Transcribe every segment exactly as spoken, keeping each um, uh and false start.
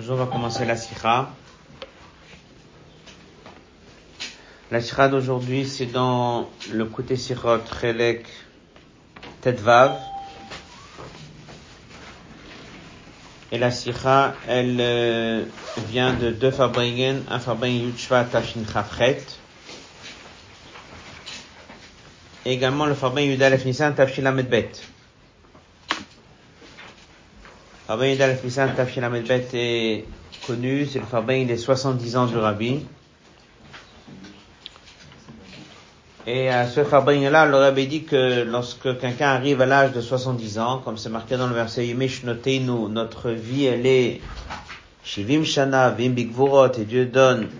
Aujourd'hui, on va commencer la sikha. La sikha d'aujourd'hui, c'est dans le côté sikhot Chelek Tetvav. Et la sikha, elle euh, vient de deux Farbringen, un Farbringen Yud Shvat Tafshin Chafret. Et également le Farbringen Yud Aleph Nissan Tafshin Lamed Bet. Farbringen Yud Aleph Nissan Tafshin Lamed Bet est connu, c'est le Farbringen des soixante-dix ans du Rabbi. Et à ce Farbringen-là, le Rabbi dit que lorsque quelqu'un arrive à l'âge de soixante-dix ans, comme c'est marqué dans le verset Yemesh Noteinu, notre vie, elle est Shivim Shana, Vim Bigvurot, et Dieu donne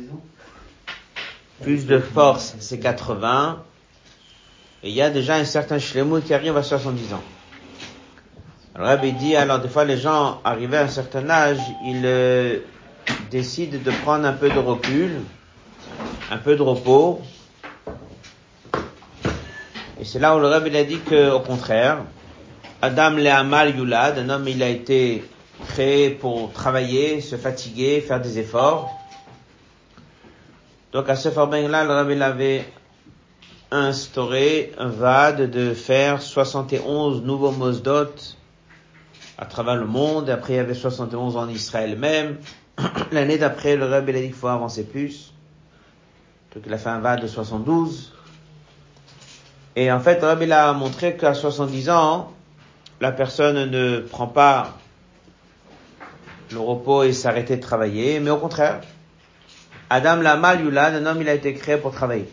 plus de force, c'est quatre-vingts. Et il y a déjà un certain Shlemut qui arrive à soixante-dix ans. Alors, le Rabbi dit, alors des fois les gens arrivés à un certain âge, ils euh, décident de prendre un peu de recul, un peu de repos. Et c'est là où le Rabbi a dit que, au contraire, Adam le'amal yulad, un homme il a été créé pour travailler, se fatiguer, faire des efforts. Donc à ce Farbringen-là, le Rabbi avait instauré un vade de faire soixante et onze nouveaux mosdot à travers le monde. Après, il y avait soixante et onze en Israël même. L'année d'après, le Rabbi a dit qu'il faut avancer plus. Donc, il a fait un vade de soixante-douze. Et en fait, le Rabbi a montré qu'à soixante-dix ans, la personne ne prend pas le repos et s'arrêter de travailler. Mais au contraire, Adam l'amal yulad, un homme, il a été créé pour travailler.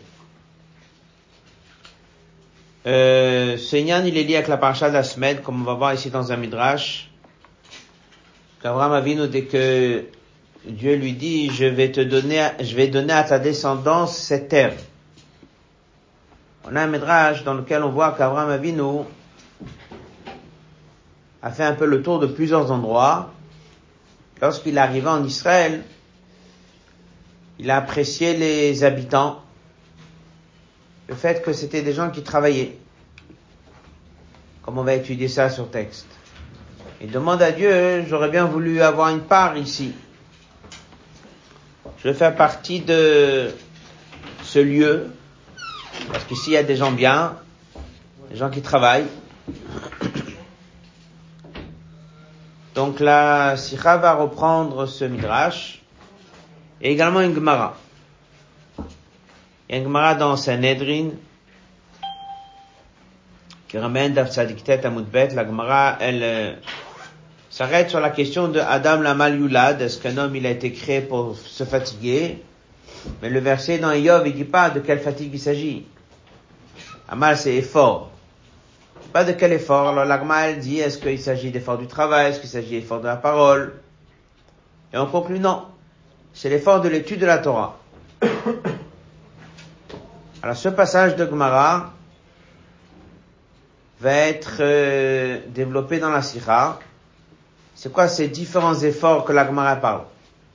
Euh, ce Inyan, il est lié avec la paracha de la semaine, comme on va voir ici dans un midrash. Qu'Abraham Avinu, dès que Dieu lui dit, je vais te donner, je vais donner à ta descendance cette terre. On a un midrash dans lequel on voit qu'Abraham Avinu a fait un peu le tour de plusieurs endroits. Lorsqu'il est arrivé en Israël, il a apprécié les habitants, le fait que c'était des gens qui travaillaient. Comme on va étudier ça sur texte. Il demande à Dieu, j'aurais bien voulu avoir une part ici. Je veux faire partie de ce lieu, parce qu'ici il y a des gens bien, des gens qui travaillent. Donc la Sikha va reprendre ce midrash, et également une Gemara. Il y a une Gemara dans Sanhedrin, qui ramène Daf Tzadik Tet Amud Bet. La Gemara, elle euh, s'arrête sur la question de Adam l'amal yulad. Est-ce qu'un homme il a été créé pour se fatiguer? Mais le verset dans Yov, il dit pas de quelle fatigue il s'agit. Amal, c'est effort. Pas de quel effort. Alors la Gemara, elle dit, est-ce qu'il s'agit d'effort du travail? Est-ce qu'il s'agit d'effort de la parole? Et on conclut non. C'est l'effort de l'étude de la Torah. Alors ce passage de Gemara va être euh, développé dans la Sikha. C'est quoi ces différents efforts que la Gemara parle?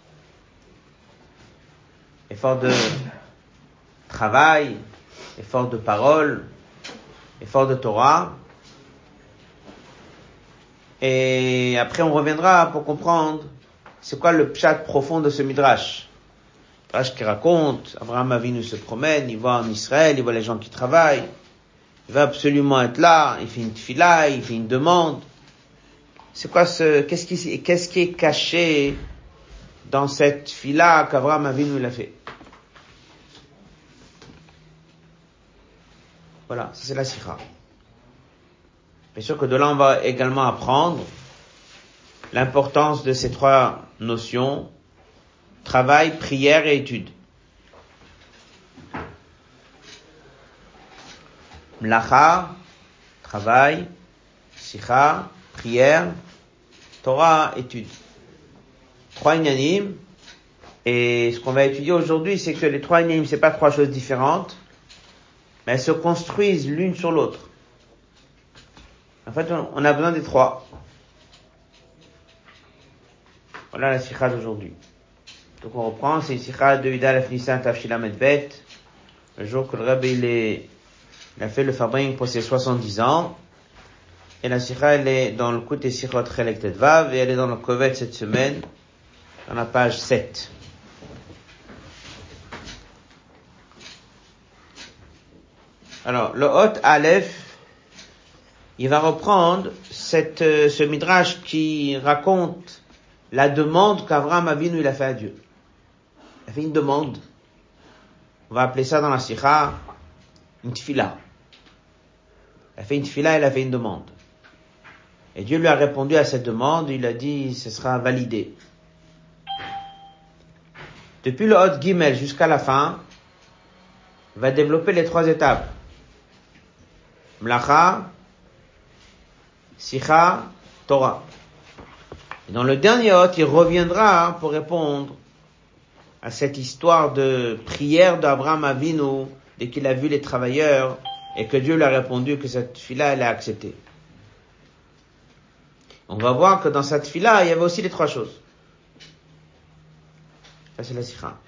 Effort de travail, effort de parole, effort de Torah. Et après on reviendra pour comprendre c'est quoi le pshat profond de ce midrash. Midrash qui raconte, Abraham Avinu se promène, il va en Israël, il voit les gens qui travaillent. Il va absolument être là, il fait une tefila, il fait une demande. C'est quoi ce, qu'est-ce qui, qu'est-ce qui est caché dans cette tefila qu'Abraham Avinu l'a fait? Voilà, ça c'est la sikha. Bien sûr que de là on va également apprendre l'importance de ces trois notions, travail, prière et étude. Mlacha, travail, sikha, prière, Torah, étude. Trois inyanim. Et ce qu'on va étudier aujourd'hui, c'est que les trois inyanim, c'est pas trois choses différentes, mais elles se construisent l'une sur l'autre. En fait, on a besoin des trois. Voilà la sikha d'aujourd'hui. Donc on reprend, c'est une sikha de Yud Aleph Nissan Tafshin Lamed Bet, le jour que le Rabbi il est Il a fait le Farbringen pour ses soixante-dix ans. Et la sikha, elle est dans le côté sikhot Chelek Tetvav, et elle est dans le Kovet cette semaine. dans la page sept. Alors, le Hot Aleph, il va reprendre cette, euh, ce midrash qui raconte la demande qu'Avraham Avinu il a fait à Dieu. Il a fait une demande. On va appeler ça dans la sikha une tfila. Il a fait une tfila, il a fait une demande. Et Dieu lui a répondu à cette demande, il a dit, ce sera validé. Depuis le Hot Gimel jusqu'à la fin, il va développer les trois étapes. Mlacha, Sikha, Torah. Et dans le dernier Hot, il reviendra pour répondre à cette histoire de prière d'Abraham Avinu dès qu'il a vu les travailleurs et que Dieu lui a répondu que cette fille-là, elle est acceptée. On va voir que dans cette fille-là, il y avait aussi les trois choses. Ça, c'est la Sikha.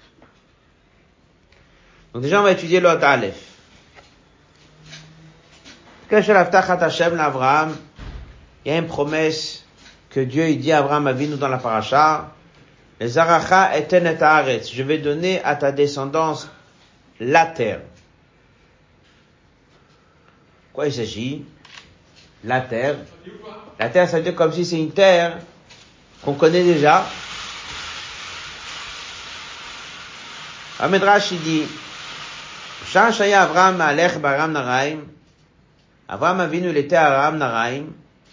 Donc déjà, on va étudier le Hot Aleph. Il y a une promesse que Dieu il dit à Abraham Avinu dans la paracha. Les Zaracha eten et haaretz. Je vais donner à ta descendance la terre. Quoi il s'agit? La terre. La terre, ça veut dire comme si c'est une terre qu'on connaît déjà. Midrash il dit, Shah Shaya Avraham Alech Baram Naraim. Avraham Avinu il était à Aram Naraim.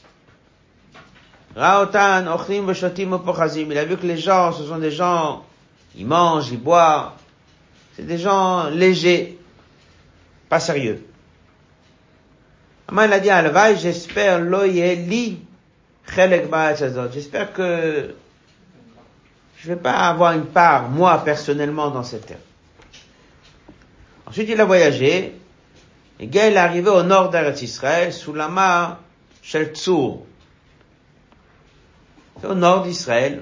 Raotan Ochlim Veshotim Upochazim. Il a vu que les gens, ce sont des gens, ils mangent, ils boivent. C'est des gens légers, pas sérieux. Il a dit, Alvaï, j'espère loyeli chelek ba'atzazot. J'espère que je vais pas avoir une part, moi, personnellement, dans cette terre. Ensuite, il a voyagé. Et Gaël est arrivé au nord d'Eretz Israël, sous la mare Shel Tzur. C'est au nord d'Israël.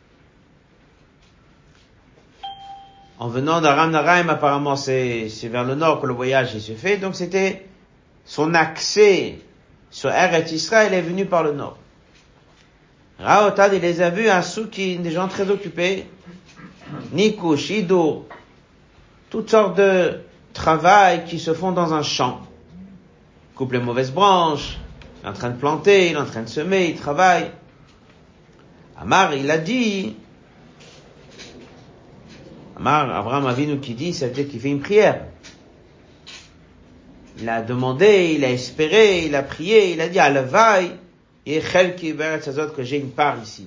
En venant d'Aram Naraim, apparemment, c'est, c'est vers le nord que le voyage il se fait. Donc c'était son accès sur Eretz Israël est venu par le nord. Raotad, il les a vus à Souki, des gens très occupés. Nikush, Ido, toutes sortes de travail qui se font dans un champ. Il coupe les mauvaises branches, il est en train de planter, il est en train de semer, il travaille. Amar, il a dit, Amar, Abraham Avinu qui dit, ça veut dire qu'il fait une prière. Il a demandé, il a espéré, il a prié, il a dit, Alavaï, Yechel ki beretz hazot, que j'ai une part ici.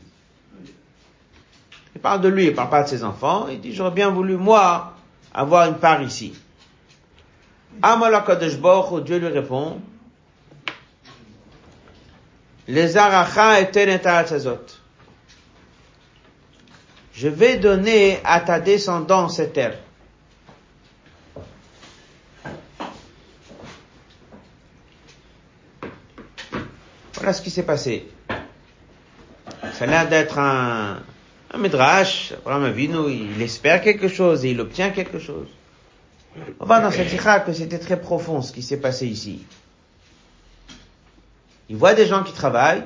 Il parle de lui, il parle pas de ses enfants, il dit, j'aurais bien voulu, moi, avoir une part ici. Amala Kadosh Baruch Hu, Dieu lui répond, les aracha eten et haatzazot. Je vais donner à ta descendance cette terre. Voilà ce qui s'est passé. Ça a l'air d'être un, un midrash. Abraham Avinu, il espère quelque chose et il obtient quelque chose. On voit dans cette sikha que c'était très profond ce qui s'est passé ici. Il voit des gens qui travaillent.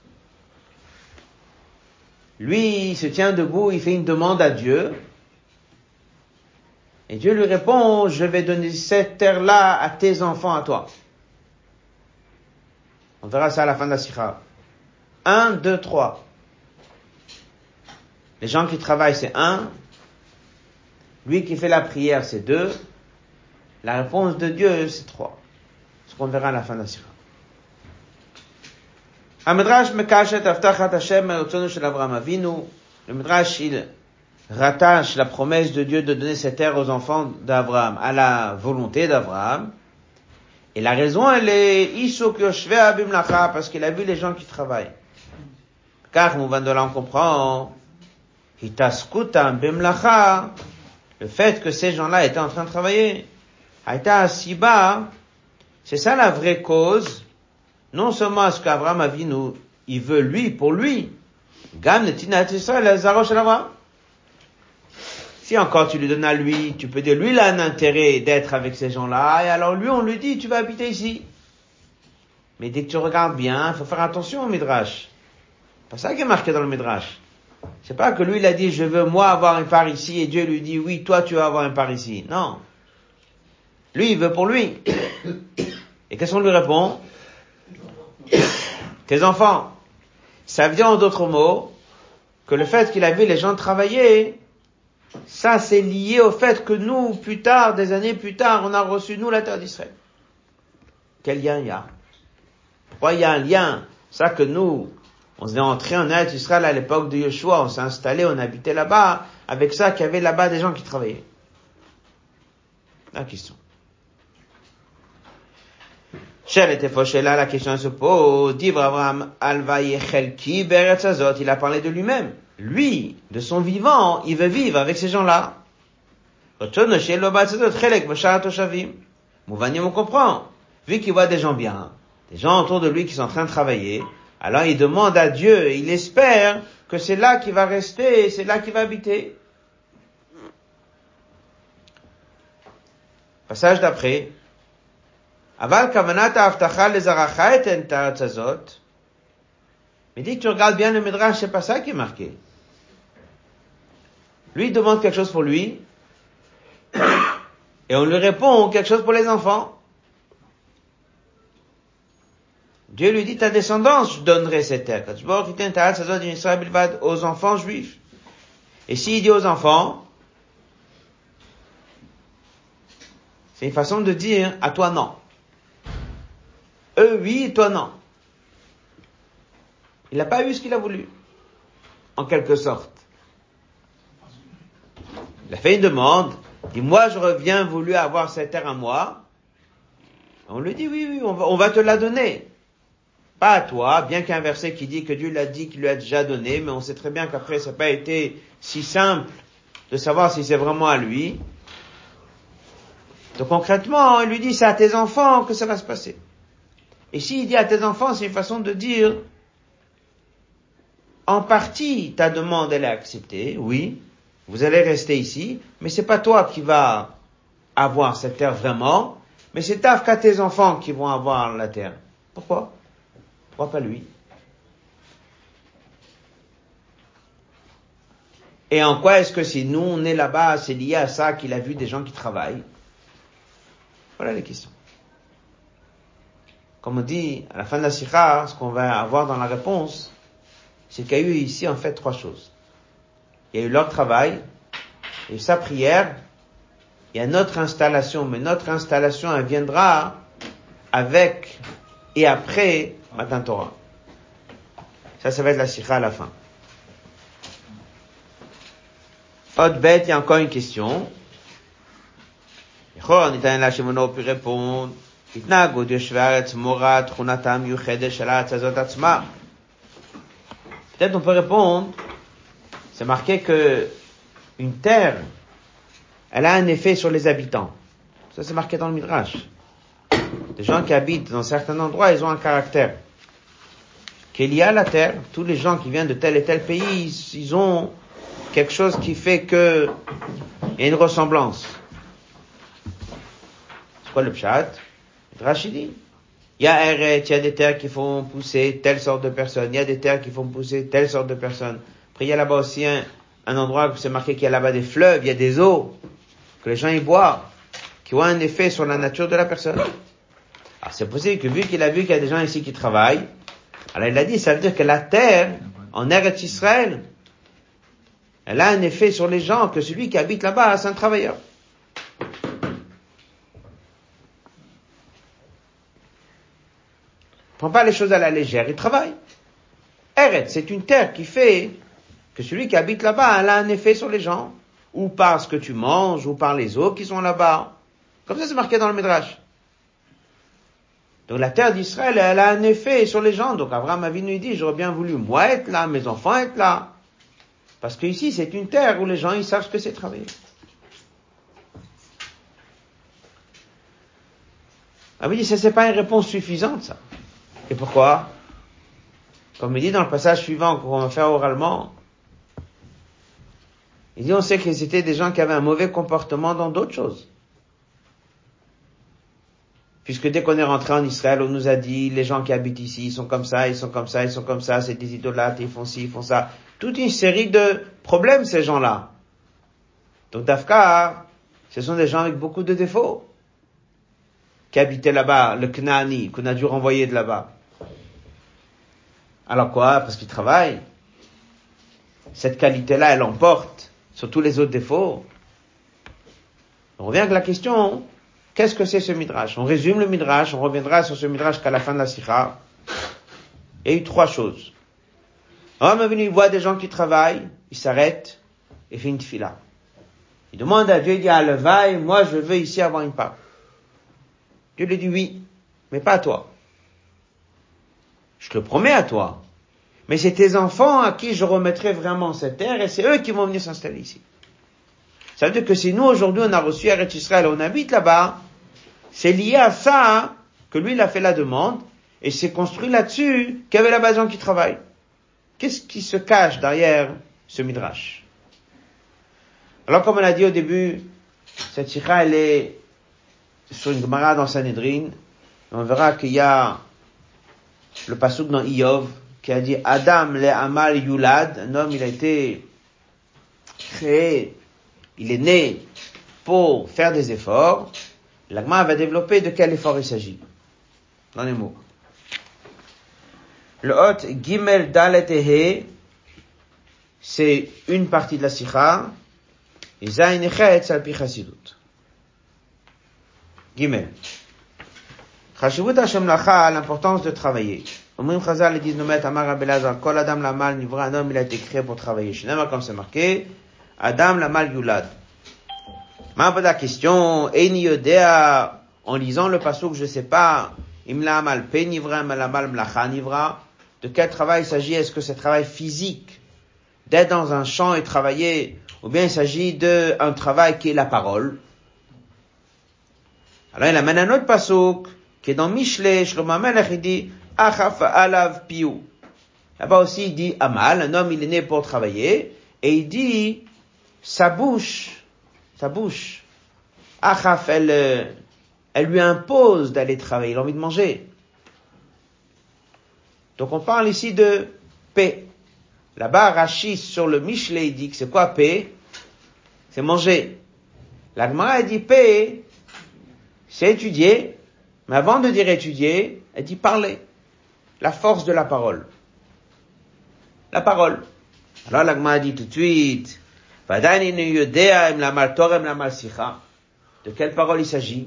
Lui, il se tient debout, il fait une demande à Dieu. Et Dieu lui répond, je vais donner cette terre-là à tes enfants, à toi. On verra ça à la fin de la sikha. Un, deux, trois. Les gens qui travaillent, c'est un. Lui qui fait la prière, c'est deux. La réponse de Dieu, c'est trois. Ce qu'on verra à la fin de la sikha. Midrash mekashet avtachat Hashem elotzonu shel Avraham Avinu. Le Midrash, il rattache la promesse de Dieu de donner cette terre aux enfants d'Abraham à la volonté d'Abraham. Et la raison, elle est Isuk yoshvea bimlacha, parce qu'il a vu les gens qui travaillent. Car, Mouvan de là, on comprend, hitaskutam bimlacha, le fait que ces gens-là étaient en train de travailler. Haïta asiba, c'est ça la vraie cause. Non seulement est-ce qu'Abraham Avinu, il veut lui, pour lui, Gam netinat Israël azaro shel Avraham. Si encore tu lui donnes à lui, tu peux dire, lui, il a un intérêt d'être avec ces gens-là, et alors lui, on lui dit, tu vas habiter ici. Mais dès que tu regardes bien, il faut faire attention au Midrash. C'est pas ça qui est marqué dans le Midrash. C'est pas que lui, il a dit, je veux moi avoir une part ici, et Dieu lui dit, oui, toi, tu vas avoir une part ici. Non. Lui, il veut pour lui. Et qu'est-ce qu'on lui répond? Tes enfants. Ça veut dire en d'autres mots, que le fait qu'il a vu les gens travailler, ça c'est lié au fait que nous, plus tard, des années plus tard, on a reçu, nous, la terre d'Israël. Quel lien il y a? Pourquoi il y a un lien? Ça que nous, on s'est entré en Eretz Israël à l'époque de Yeshua, on s'est installé, on habitait là-bas, avec ça qu'il y avait là-bas des gens qui travaillaient. La question. Shel était fauché là, la question se pose. D'Ivre Abraham Alvaïe Chelki Beretz Azot, il a parlé de lui-même. Lui, de son vivant, il veut vivre avec ces gens-là. Retourne chez l'Obatz Azot, Chelek Bashar Toshavim. Mouvanim, on comprend. Vu qu'il voit des gens bien, des gens autour de lui qui sont en train de travailler, alors il demande à Dieu, et il espère que c'est là qu'il va rester, c'est là qu'il va habiter. Passage d'après. Aval kavanata avtacha lezaracha et en ta'aretz hazot. Mais dis que tu regardes bien le Midrash, c'est pas ça qui est marqué. Lui, il demande quelque chose pour lui, et on lui répond quelque chose pour les enfants. Dieu lui dit, ta descendance, je donnerai cette terre. Aux enfants juifs. Et s'il dit aux enfants, c'est une façon de dire, à toi non. Eux oui, toi non. Il n'a pas eu ce qu'il a voulu. En quelque sorte. Il a fait une demande. Il dit, moi je reviens voulu avoir cette terre à moi. On lui dit, oui, oui, on va, on va te la donner. Pas à toi, bien qu'il y ait un verset qui dit que Dieu l'a dit, qu'il lui a déjà donné, mais on sait très bien qu'après ça n'a pas été si simple de savoir si c'est vraiment à lui. Donc concrètement, il lui dit, c'est à tes enfants que ça va se passer. Et s'il dit à tes enfants, c'est une façon de dire, en partie, ta demande, elle est acceptée, oui, vous allez rester ici, mais c'est pas toi qui vas avoir cette terre vraiment, mais c'est qu'à tes enfants qui vont avoir la terre. Pourquoi? Pourquoi pas lui? Et en quoi est-ce que si nous, on est là-bas, c'est lié à ça qu'il a vu des gens qui travaillent? Voilà les questions. Comme on dit, à la fin de la sikha, ce qu'on va avoir dans la réponse, c'est qu'il y a eu ici, en fait, trois choses. Il y a eu leur travail, il y a eu sa prière, il y a notre installation, mais notre installation, elle viendra avec et après Matan Torah. Ça, ça va être la sikha à la fin. Autre bête, il y a encore une question. On est là chez Mono pour répondre. Peut-être on peut répondre, c'est marqué que une terre, elle a un effet sur les habitants. Ça c'est marqué dans le Midrash. Les gens qui habitent dans certains endroits, ils ont un caractère. Qu'il y a la terre, tous les gens qui viennent de tel et tel pays, ils, ils ont quelque chose qui fait que il y a une ressemblance. C'est quoi le pshat? Rachidi. Il y a Eret, il y a des terres qui font pousser telle sorte de personnes, il y a des terres qui font pousser telle sorte de personnes. Après, il y a là-bas aussi un, un endroit où c'est marqué qu'il y a là-bas des fleuves, il y a des eaux, que les gens y boivent, qui ont un effet sur la nature de la personne. Alors, c'est possible que vu qu'il a vu qu'il y a des gens ici qui travaillent, alors il a dit, ça veut dire que la terre, en Eretz Israël, elle a un effet sur les gens, que celui qui habite là-bas, c'est un travailleur. Prends pas les choses à la légère, il travaille. Eretz, c'est une terre qui fait que celui qui habite là-bas, elle a un effet sur les gens, ou par ce que tu manges, ou par les eaux qui sont là-bas. Comme ça, c'est marqué dans le Midrash. Donc la terre d'Israël, elle a un effet sur les gens. Donc Abraham Avinu dit, j'aurais bien voulu moi être là, mes enfants être là. Parce que ici, c'est une terre où les gens, ils savent ce que c'est travailler. Abraham dit, ça c'est pas une réponse suffisante, ça. Et pourquoi? Comme il dit dans le passage suivant qu'on va faire oralement, il dit, on sait que c'était des gens qui avaient un mauvais comportement dans d'autres choses. Puisque dès qu'on est rentré en Israël, on nous a dit, les gens qui habitent ici, ils sont comme ça, ils sont comme ça, ils sont comme ça, c'est des idolâtres, ils font ci, ils font ça. toute une série de problèmes, ces gens-là. Donc Dafka, ce sont des gens avec beaucoup de défauts qui habitaient là-bas, le Knaani, qu'on a dû renvoyer de là-bas. Alors quoi? Parce qu'ils travaillent. Cette qualité-là, elle emporte sur tous les autres défauts. On revient avec la question, qu'est-ce que c'est ce Midrash? On résume le Midrash, on reviendra sur ce Midrash qu'à la fin de la Sikha. Il y a eu trois choses. Un homme est venu, il voit des gens qui travaillent, il s'arrête et fait une tefila. Il demande à Dieu, il dit, ah, le vaille, moi je veux ici avoir une part. Dieu lui dit oui, mais pas à toi. Je te le promets à toi. Mais c'est tes enfants à qui je remettrai vraiment cette terre et c'est eux qui vont venir s'installer ici. Ça veut dire que si nous aujourd'hui on a reçu Eretz Israël, on habite là-bas, c'est lié à ça que lui il a fait la demande et c'est construit là-dessus qu'il y avait là-bas des gens qui travaillent. Qu'est-ce qui se cache derrière ce midrash? Alors comme on a dit au début, cette sikha elle est sur une Gemara dans Sanhedrin. On verra qu'il y a le pasuk dans Iyov qui a dit Adam le amal yulad, un homme il a été créé, il est né pour faire des efforts. La Gemara va développer de quel effort il s'agit dans les mots. Le hot Gimel Dalet Ehe, c'est une partie de la sikha. Et Zayin Echet Salpi Chassidut. Gimel. Chashivut Hashem Lacha, l'importance de travailler. Omrim Chazal, ils disent, nous mettent Amar Abelazar, Kol Adam Lamal, Nivra, un homme, il a été créé pour travailler. Shinema, comme c'est marqué, Adam Lamal Yulad. Ma la question, Eini Yodea, en lisant le pasuk, je sais pas, Imla Amal Pe Nivra, Malamal Mlacha Nivra, de quel travail il s'agit? Est-ce que c'est travail physique, d'être dans un champ et travailler, ou bien il s'agit d'un travail qui est la parole? Alors il amène un autre pasuk, qui est dans Mishlei, Shlomo HaMelech, il dit, Achaf alav piou. Là-bas aussi il dit Amal, un homme il est né pour travailler, et il dit, sa bouche, sa bouche, Achaf, elle, elle lui impose d'aller travailler, il a envie de manger. Donc on parle ici de paix. Là-bas, Rashi, sur le Mishlei, il dit que c'est quoi paix? C'est manger. La Gemara, elle dit paix, c'est étudier, mais avant de dire étudier, elle dit parler. La force de la parole. La parole. Alors la Gemara dit tout de suite, de quelle parole il s'agit?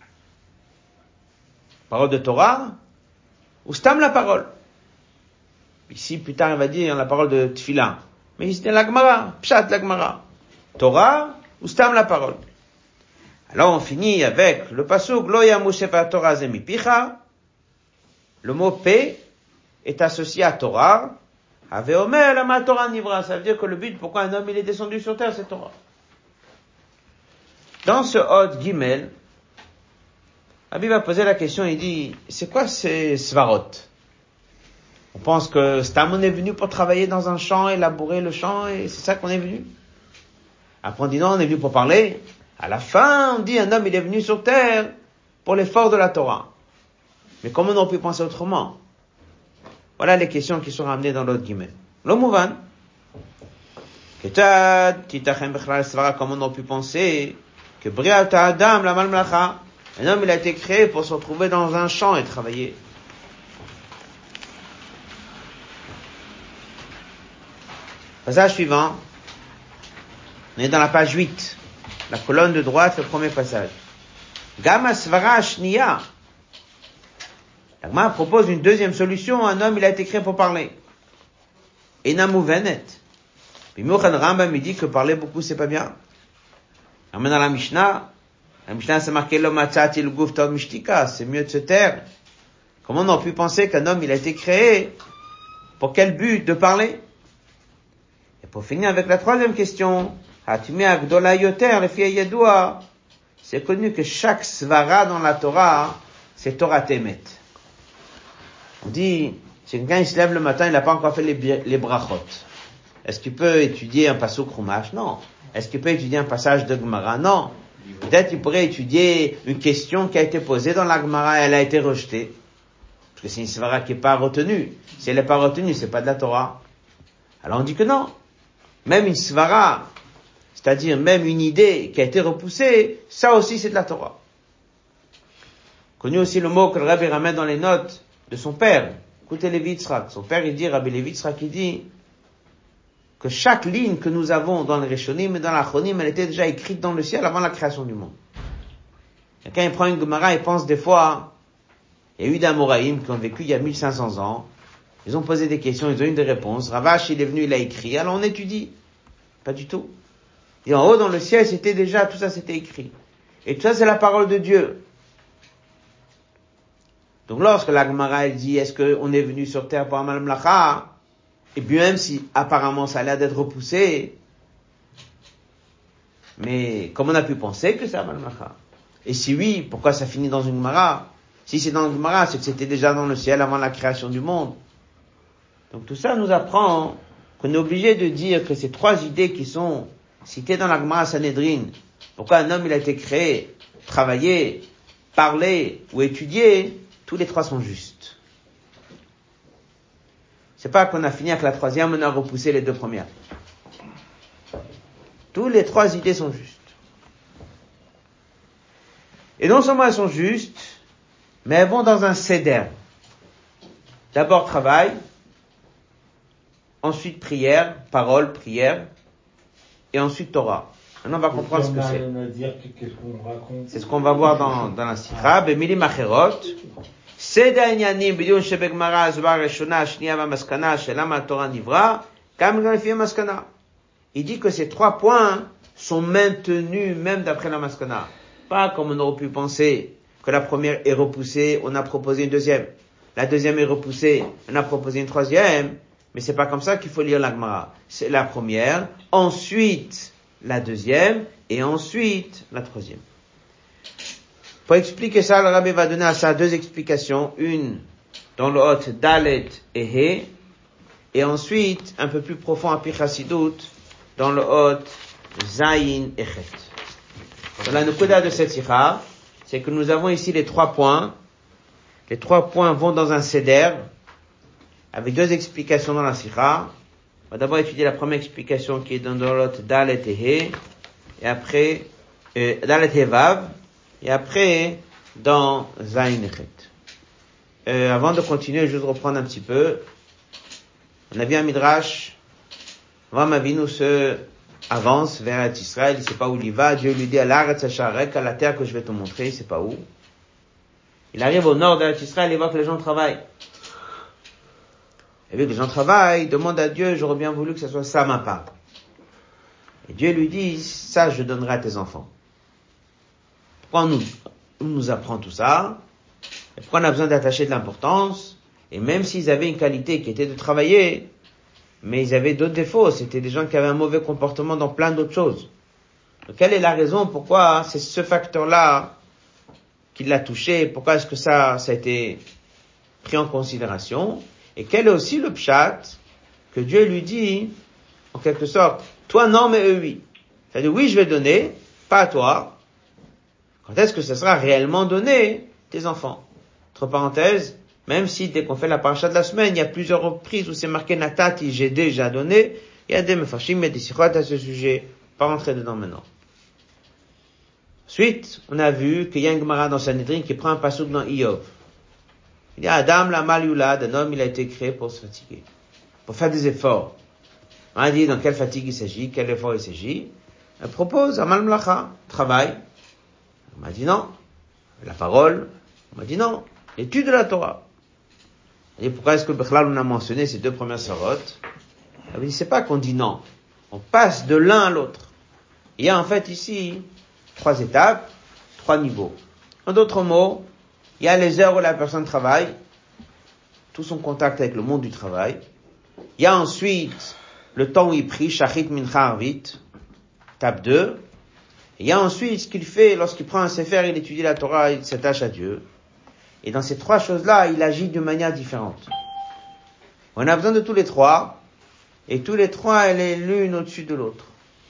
Parole de Torah? Ou stam la parole? Ici, plus tard, il va dire la parole de Tfila. Mais c'était la Gemara, Pshat la Gemara. Torah ou stam la parole. Alors on finit avec le pasuk Lo yamu sefer Torah zemi picha. Le mot paix est associé à Torah. Ave omer lama Torah nivra. Ça veut dire que le but pourquoi un homme il est descendu sur terre, c'est Torah. Dans ce Hod Gimel, Rabbi va poser la question, il dit, c'est quoi ces svarot? On pense que Stam est venu pour travailler dans un champ et labourer le champ et c'est ça qu'on est venu. Après on dit non, on est venu pour parler. À la fin, on dit un homme il est venu sur terre pour l'effort de la Torah. Mais comment on aurait pu penser autrement? Voilà les questions qui sont ramenées dans l'autre guillemets. Le mouvan. Ketad, titachem bechlal svara, comment on aurait pu penser que Briat Adam, la malmlacha, un homme il a été créé pour se retrouver dans un champ et travailler. Passage suivant. On est dans la page huit. La colonne de droite, le premier passage. Gama svara shniya. La Gemara propose une deuxième solution. Un homme, il a été créé pour parler. Enamu venet. Puis Mouchan Rambam, il dit que parler beaucoup, c'est pas bien. Amène dans la Mishnah. La Mishnah, c'est marqué l'homme atzati le guf tov mishtika. C'est mieux de se taire. Comment on a pu penser qu'un homme, il a été créé pour quel but? De parler. Et pour finir avec la troisième question. C'est connu que chaque svara dans la Torah, c'est Torah Temet. On dit, c'est quelqu'un, il se lève le matin, il n'a pas encore fait les, les brachot. Est-ce qu'il peut étudier un pasuk Chumash? Non. Est-ce qu'il peut étudier un passage de Gemara? Non. Peut-être qu'il pourrait étudier une question qui a été posée dans la Gemara et elle a été rejetée. Parce que c'est une svara qui n'est pas retenue. Si elle n'est pas retenue, c'est pas de la Torah. Alors on dit que non. Même une svara, c'est-à-dire même une idée qui a été repoussée, ça aussi c'est de la Torah. Connu aussi le mot que le Rabbi ramène dans les notes de son père. Écoutez Lévi Yitzhak. Son père, il dit, Rabbi Lévi Yitzhak, il dit que chaque ligne que nous avons dans le Rishonim et dans l'Achronim, elle était déjà écrite dans le ciel avant la création du monde. Et quand il prend une Gemara, il pense des fois, il y a eu des Amoraïm qui ont vécu il y a mille cinq cents ans, ils ont posé des questions, ils ont eu des réponses, Ravash, il est venu, il a écrit, alors on étudie. Pas du tout. Et en haut, dans le ciel, c'était déjà, tout ça c'était écrit. Et tout ça, c'est la parole de Dieu. Donc lorsque la Gemara, elle dit, est-ce qu'on est venu sur terre pour Amal Mlacha? Et bien même si apparemment ça a l'air d'être repoussé, mais comment on a pu penser que c'est Amal Mlacha? Et si oui, pourquoi ça finit dans une Gemara? Si c'est dans une Gemara, c'est que c'était déjà dans le ciel avant la création du monde. Donc tout ça nous apprend qu'on est obligé de dire que ces trois idées qui sont citées dans la Gemara Sanhedrin, pourquoi un homme il a été créé, travaillé, parlé ou étudié, tous les trois sont justes. C'est pas qu'on a fini avec la troisième, on a repoussé les deux premières. Tous les trois idées sont justes. Et non seulement elles sont justes, mais elles vont dans un seder. D'abord travail, ensuite prière, parole, prière, et ensuite Torah. Maintenant, on va comprendre ce que c'est. C'est ce qu'on va voir dans, dans la Sikha. Bemili Macherot. Seder Inyanim, B'dion Shebek Mara, Azbar Reshona, Shniya Maskana, Shelama Torah Nivra, Kam Ganafi Maskana. Il dit que ces trois points sont maintenus même d'après la Maskana. Pas comme on aurait pu penser que la première est repoussée, on a proposé une deuxième. La deuxième est repoussée, on a proposé une troisième. Mais c'est pas comme ça qu'il faut lire la Gemara. C'est la première, ensuite la deuxième, et ensuite la troisième. Pour expliquer ça, le Rabbi va donner à ça deux explications. Une dans le hot Dalet et He, et ensuite, un peu plus profond à Pichasidut, dans le hot Zayin et Chet. Dans la Nukuda de cette sikha, c'est que nous avons ici les trois points. Les trois points vont dans un seder, avec deux explications dans la sikha. On va d'abord étudier la première explication qui est dans le hot Dalet et He, et après, euh, Dalet et Vav, et après, dans Zayin et Chet. Euh, avant de continuer, juste reprendre un petit peu. On a vu un midrash, Avraham Avinu se avance vers Israël, il sait pas où il y va, Dieu lui dit à l'Aretz Hasharek, à la terre que je vais te montrer, il sait pas où. Il arrive au nord d'Israël, il voit que les gens travaillent. Et vu que les gens travaillent, il demande à Dieu, j'aurais bien voulu que ce soit ça ma part. Et Dieu lui dit, ça je donnerai à tes enfants. Pourquoi on nous, on nous apprend tout ça? Et pourquoi on a besoin d'attacher de l'importance? Et même s'ils avaient une qualité qui était de travailler, mais ils avaient d'autres défauts, c'était des gens qui avaient un mauvais comportement dans plein d'autres choses. Donc quelle est la raison pourquoi c'est ce facteur-là qui l'a touché? Pourquoi est-ce que ça, ça a été pris en considération? Et quel est aussi le pshat que Dieu lui dit, en quelque sorte, toi non, mais eux oui. C'est-à-dire, oui, je vais donner, pas à toi. Quand est-ce que ça sera réellement donné, tes enfants? Entre parenthèses, même si dès qu'on fait la paracha de la semaine, il y a plusieurs reprises où c'est marqué Natati, j'ai déjà donné, il y a des mefashim, il y a des sikhot à ce sujet, pas rentrer dedans maintenant. Ensuite, on a vu qu'il y a un Gemara dans Sanhedrin qui prend un passouk dans Iyov. Il dit, Adam, la mal yulad, un homme, il a été créé pour se fatiguer, pour faire des efforts. On a dit dans quelle fatigue il s'agit, quel effort il s'agit. Elle propose Amal Mlacha, travail. On m'a dit non. La parole, on m'a dit non. L'étude de la Torah. Et pourquoi est-ce que Bechlal on a mentionné ces deux premières sorotes? Elle dit, c'est pas qu'on dit non. On passe de l'un à l'autre. Il y a en fait ici trois étapes, trois niveaux. En d'autres mots, il y a les heures où la personne travaille, tout son contact avec le monde du travail. Il y a ensuite le temps où il prie, Shachit Mincha Arvit, étape deux. Il y a ensuite ce qu'il fait lorsqu'il prend un sefer, il étudie la Torah, il s'attache à Dieu. Et dans ces trois choses-là, il agit d'une manière différente. On a besoin de tous les trois, et tous les trois, elle est l'une au-dessus de l'autre.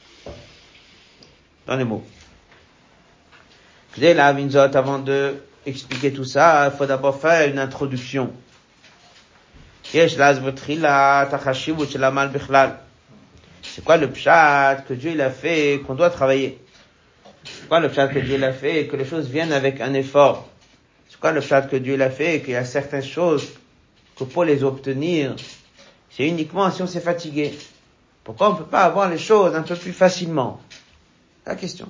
Dans les mots. Dès la Vinzot, avant de expliquer tout ça, il faut d'abord faire une introduction. C'est quoi le pshat que Dieu il a fait, qu'on doit travailler? C'est quoi le pshat que Dieu il a fait, que les choses viennent avec un effort? C'est quoi le pshat que Dieu il a fait, qu'il y a certaines choses que pour les obtenir, c'est uniquement si on s'est fatigué? Pourquoi on ne peut pas avoir les choses un peu plus facilement? C'est la question.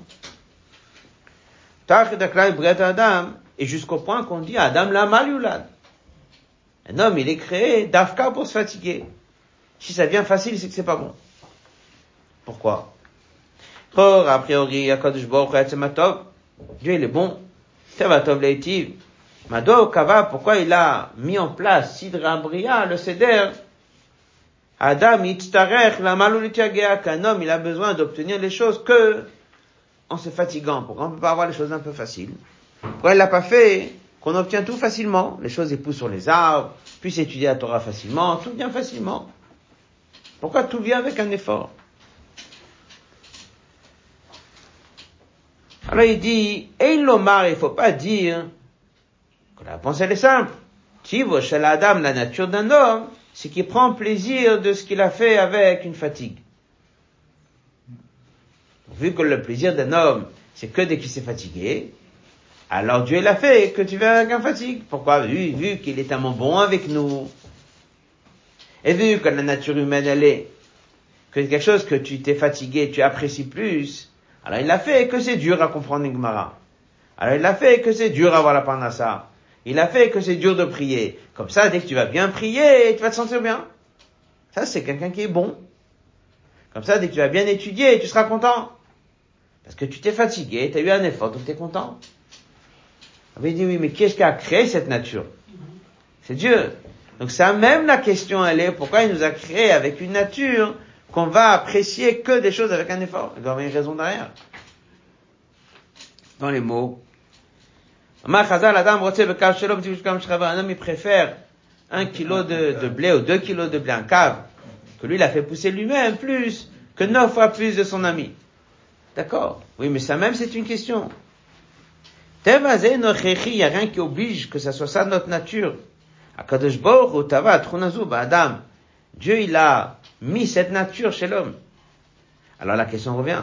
Et jusqu'au point qu'on dit Adam la malulad. Un homme, il est créé d'Afka pour se fatiguer. Si ça vient facile, c'est que c'est pas bon. Pourquoi? A priori, Dieu il est bon. Mado Kava, pourquoi il a mis en place Sidra Bria, le Seder? Adam itztarech la malulitiagea, qu'un homme il a besoin d'obtenir les choses que en se fatiguant. Pourquoi on ne peut pas avoir les choses un peu faciles? Pourquoi il l'a pas fait qu'on obtient tout facilement? Les choses poussent sur les arbres, puisse étudier la Torah facilement, tout vient facilement. Pourquoi tout vient avec un effort? Alors il dit, Ein lomar, il faut pas dire que la réponse elle est simple. Tivo shel Adam, la nature d'un homme, c'est qu'il prend plaisir de ce qu'il a fait avec une fatigue. Vu que le plaisir d'un homme, c'est que dès qu'il s'est fatigué, alors Dieu l'a fait que tu viens avec un fatigue. Pourquoi? Vu, vu qu'il est tellement bon avec nous. Et vu que la nature humaine, elle est, que quelque chose que tu t'es fatigué, tu apprécies plus, alors il a fait que c'est dur à comprendre une Gemara. Alors il a fait que c'est dur à voir la parnassa. Il a fait que c'est dur de prier. Comme ça, dès que tu vas bien prier, tu vas te sentir bien. Ça, c'est quelqu'un qui est bon. Comme ça, dès que tu vas bien étudier, tu seras content. Parce que tu t'es fatigué, tu as eu un effort, donc tu es content. On va dire, oui, mais qui est-ce qui a créé cette nature? C'est Dieu. Donc ça, même la question, elle est, pourquoi il nous a créé avec une nature qu'on va apprécier que des choses avec un effort? Il doit y avoir une raison derrière. Dans les mots. Un homme, il préfère un kilo de, de blé ou deux kilos de blé en cave, que lui, il a fait pousser lui-même plus que neuf fois plus de son ami. D'accord? Oui, mais ça même, c'est une question. Il n'y a rien qui oblige que ça soit ça notre nature. Dieu, il a mis cette nature chez l'homme. Alors la question revient.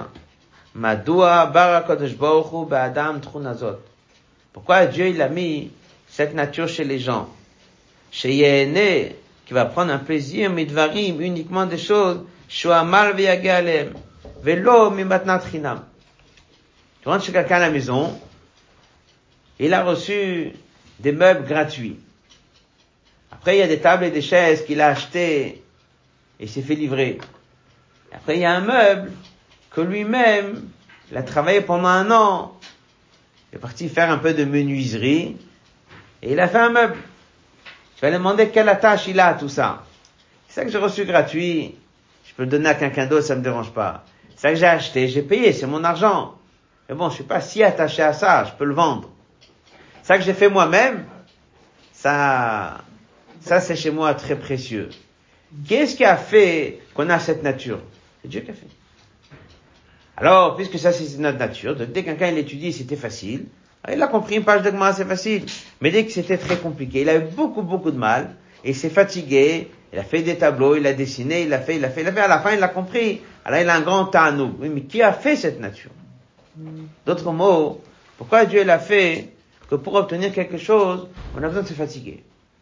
Pourquoi Dieu, il a mis cette nature chez les gens? Chez Yéhéné, qui va prendre un plaisir, midvarim, uniquement des choses, shoamal veyagalem, velo mimatnat chinam. Tu rentres chez quelqu'un à la maison, il a reçu des meubles gratuits. Après, il y a des tables et des chaises qu'il a achetées et s'est fait livrer. Après, il y a un meuble que lui-même, il a travaillé pendant un an. Il est parti faire un peu de menuiserie et il a fait un meuble. Je vais lui demander quelle attache il a à tout ça. C'est ça que j'ai reçu gratuit. Je peux le donner à quelqu'un d'autre, ça me dérange pas. C'est ça que j'ai acheté, j'ai payé, c'est mon argent. Mais bon, je suis pas si attaché à ça, je peux le vendre. Ça que j'ai fait moi-même, ça, ça c'est chez moi très précieux. Qu'est-ce qui a fait qu'on a cette nature? C'est Dieu qui a fait. Alors, puisque ça c'est notre nature, donc dès que quelqu'un il étudie, c'était facile. Il a compris une page de Gemara, c'est facile. Mais dès que c'était très compliqué, il a eu beaucoup, beaucoup de mal, et il s'est fatigué, il a fait des tableaux, il a dessiné, il a fait, il a fait, il a fait, à la fin il a compris. Alors il a un grand tas à nous. Oui, mais qui a fait cette nature? D'autres mots, pourquoi Dieu l'a fait que pour obtenir quelque chose, on a besoin de se fatiguer?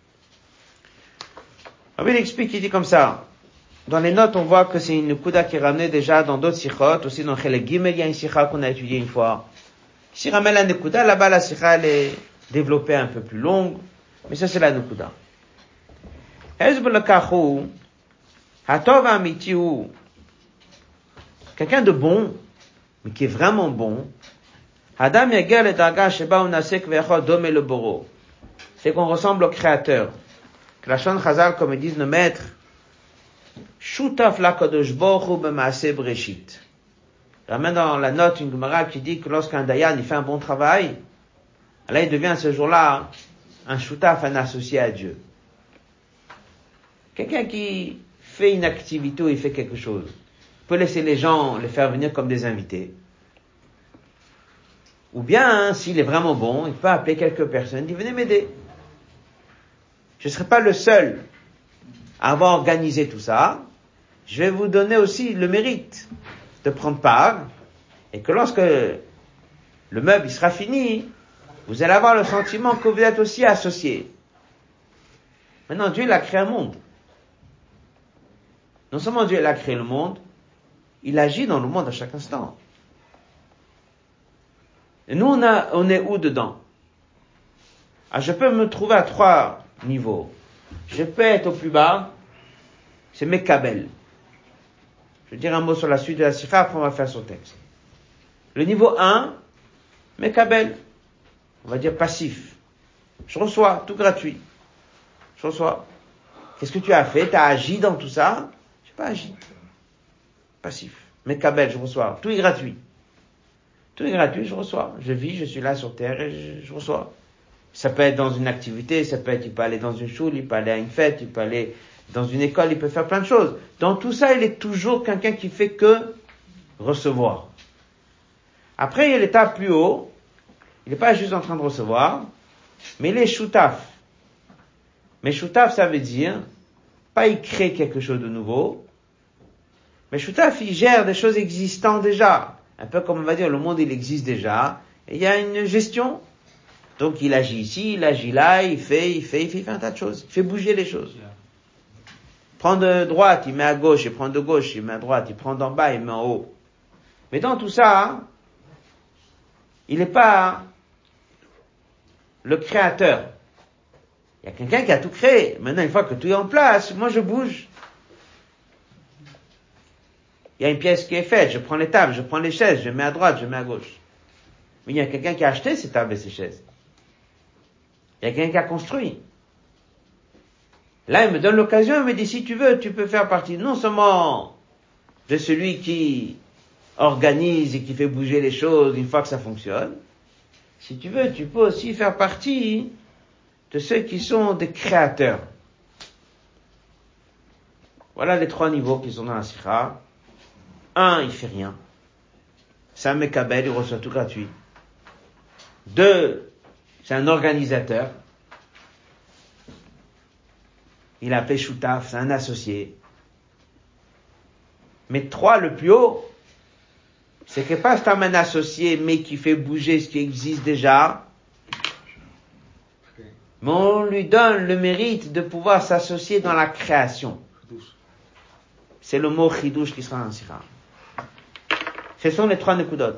Alors il explique, il dit comme ça. Dans les notes, on voit que c'est une kuda qui est ramenée déjà dans d'autres sikhot, aussi dans Chelek Gimel, il y a une sikha qu'on a étudiée une fois. Ici, ramène la nekuda, là-bas la sikha elle est développée un peu plus longue, mais ça c'est la nekuda. Hezbolakahu, hatov amitihu, quelqu'un de bon, mais qui est vraiment bon, Adam yagel et daga sheba unasek vechot dome le boro. C'est qu'on ressemble au Créateur. Que la Shon Chazal, comme ils disent nos maîtres, Shutaf lakadosh boru b'maaseh breshit. Ramène dans la note une Gemara qui dit que lorsqu'un dayan il fait un bon travail, alors il devient ce jour-là un shutaf, un associé à Dieu. Quelqu'un qui fait une activité ou il fait quelque chose, peut laisser les gens les faire venir comme des invités. Ou bien, hein, s'il est vraiment bon, il peut appeler quelques personnes, il dit venez m'aider. Je ne serai pas le seul avoir organisé tout ça, je vais vous donner aussi le mérite de prendre part, et que lorsque le meuble il sera fini, vous allez avoir le sentiment que vous êtes aussi associé. Maintenant, Dieu il a créé un monde. Non seulement Dieu il a créé le monde, il agit dans le monde à chaque instant. Et nous, on, a, on est où dedans? Ah, je peux me trouver à trois niveaux. Je peux être au plus bas, c'est Mekabel. Je vais dire un mot sur la suite de la Sikha, après on va faire son texte. Le niveau un, Mekabel. On va dire passif. Je reçois, tout gratuit. Je reçois. Qu'est-ce que tu as fait? Tu as agi dans tout ça? Je n'ai pas agi. Passif. Mekabel, je reçois. Tout est gratuit. Tout est gratuit, je reçois. Je vis, je suis là sur terre et je, je reçois. Ça peut être dans une activité, ça peut être, il peut aller dans une choule, il peut aller à une fête, il peut aller dans une école, il peut faire plein de choses. Dans tout ça, il est toujours quelqu'un qui fait que recevoir. Après, il y a l'étape plus haut. Il n'est pas juste en train de recevoir, mais il est choutaf. Mais choutaf, ça veut dire, pas il crée quelque chose de nouveau, mais choutaf, il gère des choses existantes déjà. Un peu comme on va dire, le monde, il existe déjà, et il y a une gestion. Donc, il agit ici, il agit là, il fait, il fait, il fait, il fait un tas de choses. Il fait bouger les choses. Il prend de droite, il met à gauche, il prend de gauche, il met à droite, il prend d'en bas, il met en haut. Mais dans tout ça, il n'est pas le créateur. Il y a quelqu'un qui a tout créé. Maintenant, une fois que tout est en place, moi je bouge. Il y a une pièce qui est faite, je prends les tables, je prends les chaises, je mets à droite, je mets à gauche. Mais il y a quelqu'un qui a acheté ces tables et ces chaises. Il y a quelqu'un qui a construit. Là, il me donne l'occasion, il me dit, si tu veux, tu peux faire partie non seulement de celui qui organise et qui fait bouger les choses une fois que ça fonctionne. Si tu veux, tu peux aussi faire partie de ceux qui sont des créateurs. Voilà les trois niveaux qui sont dans la Sikha. Un, il fait rien. C'est un Mekabel, il reçoit tout gratuit. Deux, c'est un organisateur. Il a appelé Choutaf, c'est un associé. Mais trois, le plus haut, c'est que pas c'est un associé, mais qui fait bouger ce qui existe déjà. Mais on lui donne le mérite de pouvoir s'associer dans la création. C'est le mot chidouche qui sera dans le Sikha. Ce sont les trois nekudot.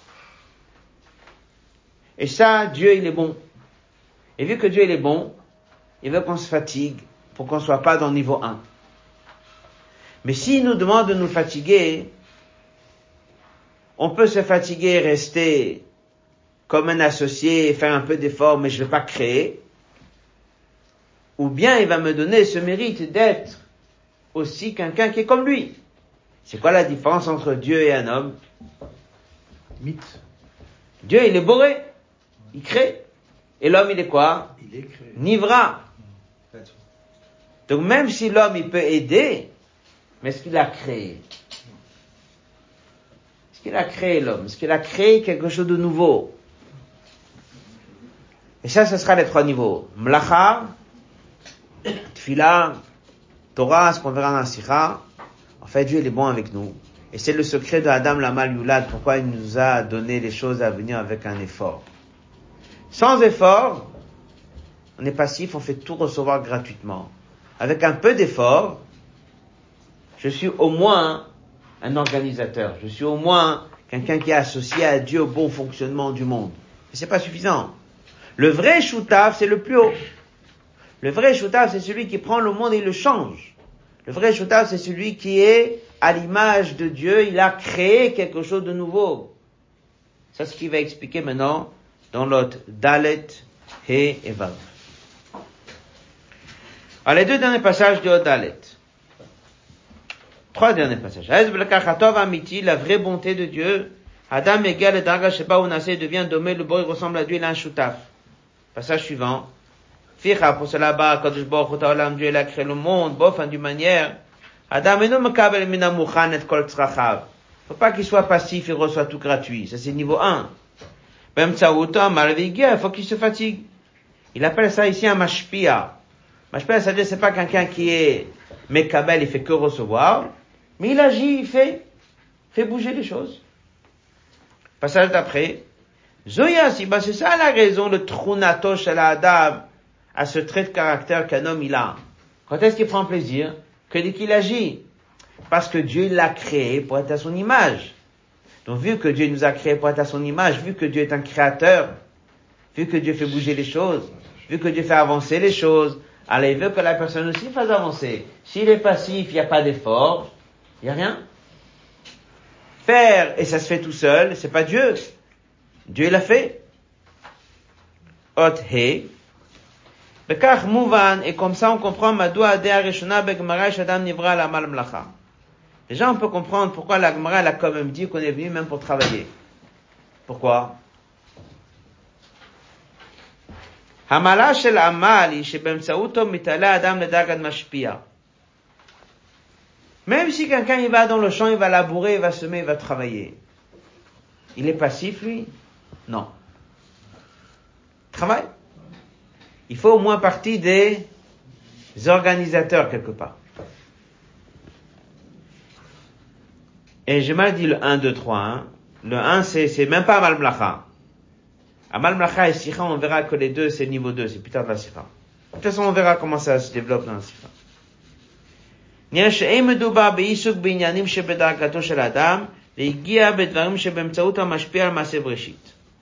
Et ça, Dieu, il est bon. Et vu que Dieu, il est bon, il veut qu'on se fatigue pour qu'on ne soit pas dans le niveau un. Mais s'il nous demande de nous fatiguer, on peut se fatiguer et rester comme un associé et faire un peu d'effort, mais je ne vais pas créer. Ou bien il va me donner ce mérite d'être aussi quelqu'un qui est comme lui. C'est quoi la différence entre Dieu et un homme? Mythe. Dieu, il est boré. Il crée. Et l'homme, il est quoi? Il est créé. Nivra. Donc même si l'homme, il peut aider, mais est-ce qu'il a créé? Est-ce qu'il a créé l'homme? Est-ce qu'il a créé quelque chose de nouveau? Et ça, ce sera les trois niveaux. Mlacha, Tfila, Torah, ce qu'on verra dans la Sikha. En fait, Dieu, il est bon avec nous. Et c'est le secret de Adam Lamal Yulad, pourquoi il nous a donné les choses à venir avec un effort. Sans effort, on est passif, on fait tout recevoir gratuitement. Avec un peu d'effort, je suis au moins un organisateur. Je suis au moins quelqu'un qui est associé à Dieu au bon fonctionnement du monde. Mais c'est pas suffisant. Le vrai choutaf, c'est le plus haut. Le vrai choutaf, c'est celui qui prend le monde et le change. Le vrai choutaf, c'est celui qui est à l'image de Dieu. Il a créé quelque chose de nouveau. C'est ce qu'il va expliquer maintenant dans l'autre Dalet, He et Vav. Alors, les deux derniers passages de Dalet. Trois derniers passages. La vraie bonté de Dieu. Adam égale et Darga Sheba Unase devient domé, le boy ressemble à Dieu, il a un choutaf. Passage suivant. Ficha, pour cela bas, Kadosh Baruch Hu Ta'olam, Dieu il a créé le monde, bof, d'une manière. Adam eno mekabel mina mukhan et kol tzrachav. Faut pas qu'il soit passif et reçoit tout gratuit. Ça c'est niveau un. Bem tsaouta, malvigia, il faut qu'il se fatigue. Il appelle ça ici un mashpia. Mashpia, ça veut dire c'est pas quelqu'un qui est Mekabel, il fait que recevoir, mais il agit, il fait, fait bouger les choses. Passage d'après. Zoya, si, bah, c'est ça la raison de Trunato shel Adam, à ce trait de caractère qu'un homme il a. Quand est-ce qu'il prend plaisir? Que dès qu'il agit. Parce que Dieu l'a créé pour être à son image. Donc, vu que Dieu nous a créé pour être à son image, vu que Dieu est un créateur, vu que Dieu fait bouger les choses, vu que Dieu fait avancer les choses, alors il veut que la personne aussi fasse avancer. S'il est passif, il n'y a pas d'effort, il n'y a rien. Faire, et ça se fait tout seul, c'est pas Dieu. Dieu l'a fait. Ot he. Bekach mouvan, et comme ça on comprend Madua adea reshona begmara shadam nivra la mal mlacha. Déjà on peut comprendre pourquoi la Gemara elle a quand même dit qu'on est venu même pour travailler. Pourquoi? Hamala shel amal hi shebemtsauto mitala adam ledagad mashpia. Même si quelqu'un il va dans le champ, il va labourer, il va semer, il va travailler. Il est passif lui? Non. Travaille. Il faut au moins partie des organisateurs quelque part. Et j'ai mal dit le un, deux, trois. Hein. Le un, c'est, c'est même pas Amal Mlacha. Amal Mlacha et Sikha, on verra que les deux, c'est niveau deux, c'est plus tard de la Sikha. De toute façon, on verra comment ça se développe dans la Sikha. Nia she'ei medubar be'isuk b'inyanim shebedargato shel adam, le'igia bedvarim shebemtsaut ha'mashpia al ma'aseh breshit.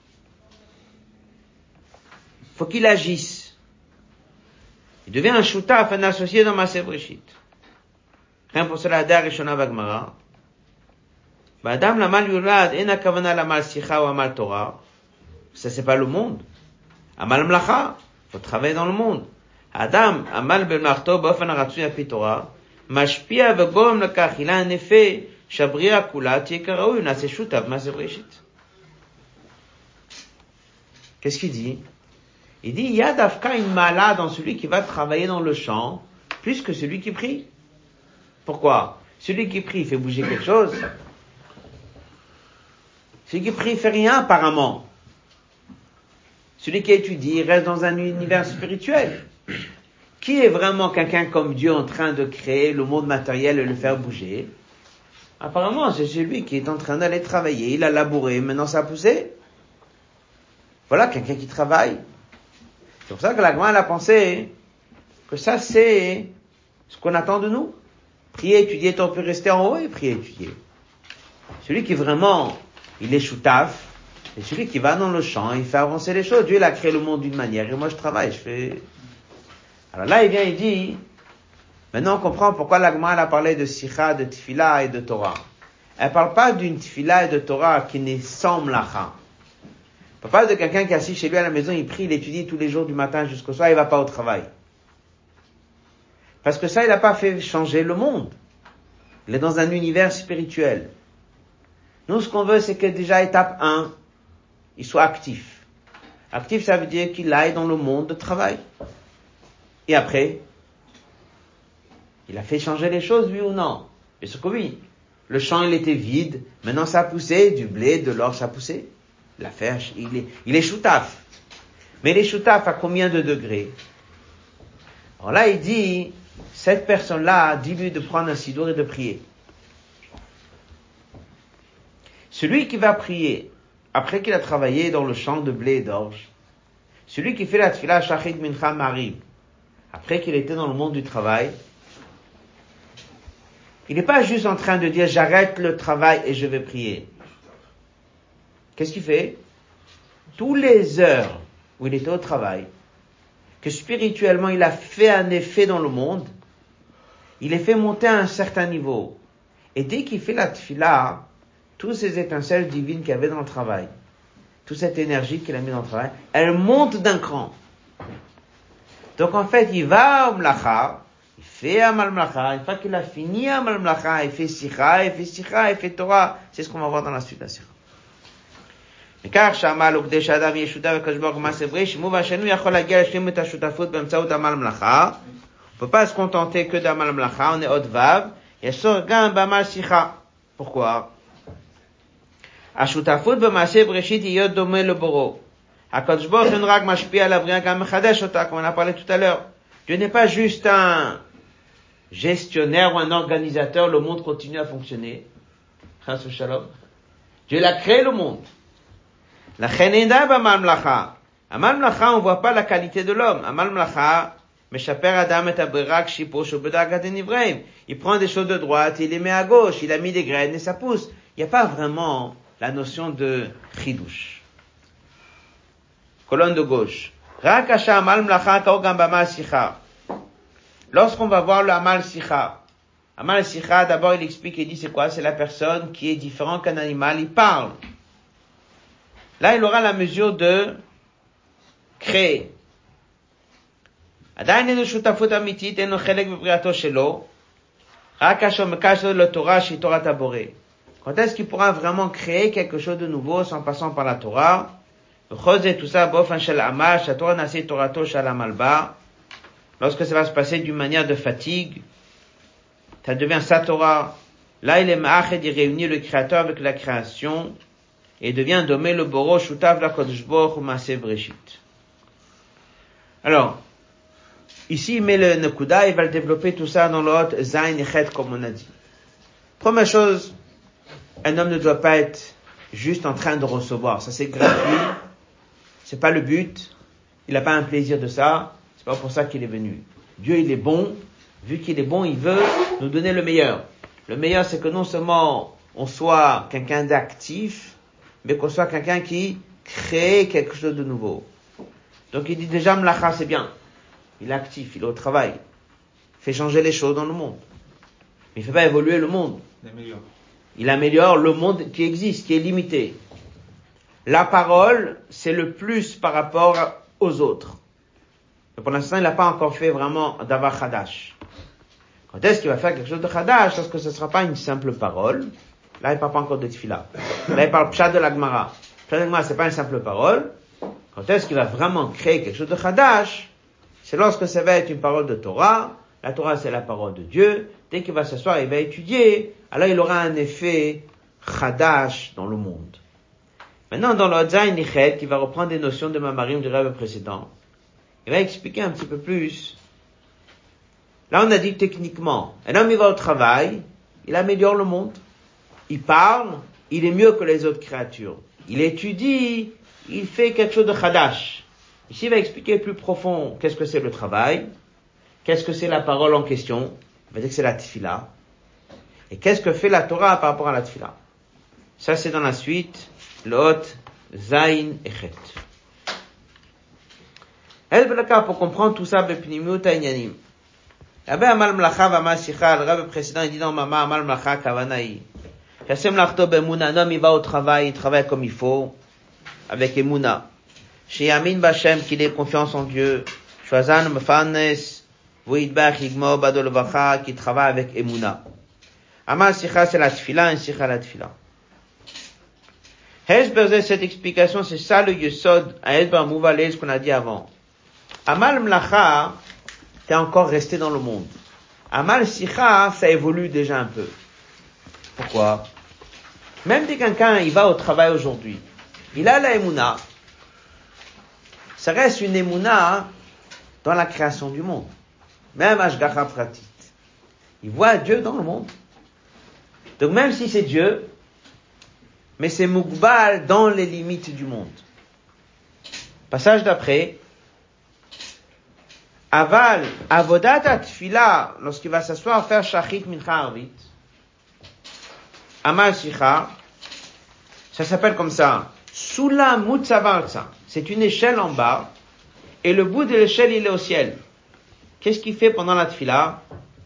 Faut qu'il agisse. Il devient un shutaf, un associé dans Maaseh Breshit. Rien pour cela, Adar et Shona Bagmara. Ba'adam l'amal yulad, en akavana l'amal sicha ou amal Torah. Ça, c'est pas le monde. Amal mlacha. Faut travailler dans le monde. Adam, amal belmarto, ba'ofen haratzui api Torah. Mashpia v'gom lekach. Il a un effet, shabria kula, tiye karaoui, na se shutaf, Maaseh Breshit. Qu'est-ce qu'il dit? Il dit, il y a d'Afka une mala dans celui qui va travailler dans le champ, plus que celui qui prie. Pourquoi? Celui qui prie, il fait bouger quelque chose. Celui qui prie, il fait rien, apparemment. Celui qui étudie, il reste dans un univers spirituel. Qui est vraiment quelqu'un comme Dieu en train de créer le monde matériel et le faire bouger? Apparemment, c'est celui qui est en train d'aller travailler. Il a labouré, maintenant ça a poussé. Voilà quelqu'un qui travaille. C'est pour ça que la Gemara a pensé que ça c'est ce qu'on attend de nous. Prier, étudier, tant peut rester en haut et prier, étudier. Celui qui vraiment, il est choutaf, et celui qui va dans le champ, il fait avancer les choses. Dieu, il a créé le monde d'une manière, et moi je travaille, je fais... Alors là, il vient, il dit, maintenant on comprend pourquoi la Gemara a parlé de Sikha, de Tfila et de Torah. Elle parle pas d'une Tfila et de Torah qui n'est sans mlacha. On parle de quelqu'un qui est assis chez lui à la maison, il prie, il étudie tous les jours du matin jusqu'au soir, il va pas au travail. Parce que ça, il n'a pas fait changer le monde. Il est dans un univers spirituel. Nous, ce qu'on veut, c'est que déjà, étape un, il soit actif. Actif, ça veut dire qu'il aille dans le monde de travail. Et après, il a fait changer les choses, oui ou non? Bien sûr que oui. Le champ, il était vide, maintenant ça a poussé, du blé, de l'or, ça a poussé. L'affaire, il est, il est choutaf. Mais il est choutaf à combien de degrés? Alors là, il dit, cette personne-là, dis-lui de prendre un sidour et de prier. Celui qui va prier, après qu'il a travaillé dans le champ de blé et d'orge, celui qui fait la tfila shachit mincha marib, après qu'il était dans le monde du travail, il n'est pas juste en train de dire, j'arrête le travail et je vais prier. Qu'est-ce qu'il fait? Tous les heures où il était au travail, que spirituellement il a fait un effet dans le monde, il est fait monter à un certain niveau. Et dès qu'il fait la tfila, toutes ces étincelles divines qu'il y avait dans le travail, toute cette énergie qu'il a mis dans le travail, elle monte d'un cran. Donc en fait, il va au mlacha, il fait amal mlacha, une fois qu'il a fini amal mlacha, il fait sikha, il fait sikha, il fait Torah. C'est ce qu'on va voir dans la suite de la sikha. מכך שעמל הוא כדי שאדם יהיה שותף לקדוש ברוך הוא במעשה בריא, שימוב השני יכול להגיע לשלמות השותפות באמצעות עמל מלאכה. On ne peut pas se contenter que d'Amal Mlacha, on est haute vav, et sort gain b'amal sicha. Pourquoi? השותפות במעשה בראשית יהיה דומה לבוראו. הקדוש ברוך הוא רק משפיע על הבריאה, גם מחדש אותה, comme on a parlé tout à l'heure. Dieu n'est pas juste un, gestionnaire ou un organisateur, le monde continue à fonctionner. Chas v'shalom. Dieu a créé le monde. La cheneda b'amal mlacha. Amal mlacha, on voit pas la qualité de l'homme. Amal mlacha, meshaper adam et abirak shipo shobedagat enivreim. Il prend des choses de droite, il les met à gauche, il a mis des graines et ça pousse. Il n'y a pas vraiment la notion de chidouche. Colonne de gauche. Rak asha amal mlacha kaogam b'amal sicha. Lorsqu'on va voir le amal sicha, amal sicha, d'abord il explique et dit c'est quoi? C'est la personne qui est différent qu'un animal, il parle. Là, il aura la mesure de créer. עדיין אין לו שותפות אמיתית, אין לו חלק בבריאתו שלו, רק כאשר מקשר לתורה שהיא תורת הבורא. Quand est-ce qu'il pourra vraiment créer quelque chose de nouveau sans passant par la Torah? וכל זה תוסר באופן של עמל, שהתורה נעשית תורתו של עמל בה. Lorsque ça va se passer d'une manière de fatigue, ça devient sa Torah. Là, il est ma'ached, il réunit le Créateur avec la création, et devient domé le boro shutav la kodesh boch ou maaseh breshit. Alors, ici, il met le nekuda, il va le développer tout ça dans l'autre zayin et chet, comme on a dit. Première chose, un homme ne doit pas être juste en train de recevoir. Ça, c'est gratuit. C'est pas le but. Il n'a pas un plaisir de ça. C'est pas pour ça qu'il est venu. Dieu, il est bon. Vu qu'il est bon, il veut nous donner le meilleur. Le meilleur, c'est que non seulement on soit quelqu'un d'actif, mais qu'on soit quelqu'un qui crée quelque chose de nouveau. Donc il dit déjà, mlacha, c'est bien. Il est actif, il est au travail. Il fait changer les choses dans le monde. Mais il ne fait pas évoluer le monde. Il améliore. Il améliore le monde qui existe, qui est limité. La parole, c'est le plus par rapport aux autres. Et pour l'instant, il n'a pas encore fait vraiment d'avar chadash. Quand est-ce qu'il va faire quelque chose de chadash? Parce que ce ne sera pas une simple parole. Là, il ne parle pas encore de tefila. Là, il parle pshat de la Gemara. Pshat de la Gemara, c'est pas une simple parole. Quand est-ce qu'il va vraiment créer quelque chose de chadash? C'est lorsque ça va être une parole de Torah. La Torah, c'est la parole de Dieu. Dès qu'il va s'asseoir, il va étudier. Alors, il aura un effet chadash dans le monde. Maintenant, dans le Zayin Nichet, il va reprendre des notions de Mamarim du rêve précédent. Il va expliquer un petit peu plus. Là, on a dit techniquement. Un homme, il va au travail. Il améliore le monde. Il parle. Il est mieux que les autres créatures. Il étudie. Il fait quelque chose de chadash. Ici, il va expliquer plus profond qu'est-ce que c'est le travail. Qu'est-ce que c'est la parole en question? Il va dire que c'est la tefila. Et qu'est-ce que fait la Torah par rapport à la tefila? Ça, c'est dans la suite. Le hot, Zayin et Chet. El Belaka, pour comprendre tout ça, Bepnimiut Ainyanim. Abe Amal Mlacha Vamal Sicha, le rabbi précédent, il dit dans Mama Amal Mlacha Kavanaï. Yasem Lachto Bemuna, un homme, il va au travail, il travaille comme il faut, avec Emuna. Chez Yamin Bachem, qu'il ait confiance en Dieu. Shwazan Mefanes, Voidbach Yigmo Badol Vacha, qui travaille avec Emuna. Amal Sicha, c'est la Tfila, un Sicha la Tfila. Hezberze, cette explication, c'est ça le Yesod, à Hezber Mouvalé, ce qu'on a dit avant. Amal Mlacha, t'es encore resté dans le monde. Amal Sicha, ça évolue déjà un peu. Pourquoi? Même si quelqu'un, il va au travail aujourd'hui, il a la Emouna, ça reste une Emouna dans la création du monde. Même Ashgacha Pratit. Il voit Dieu dans le monde. Donc même si c'est Dieu, mais c'est Mukbal dans les limites du monde. Passage d'après. Aval, avodat atfila, lorsqu'il va s'asseoir faire shachit mincha arvit. Amal sicha, ça s'appelle comme ça. Sula mutzavarza. C'est une échelle en bas, et le bout de l'échelle, il est au ciel. Qu'est-ce qu'il fait pendant la tfila?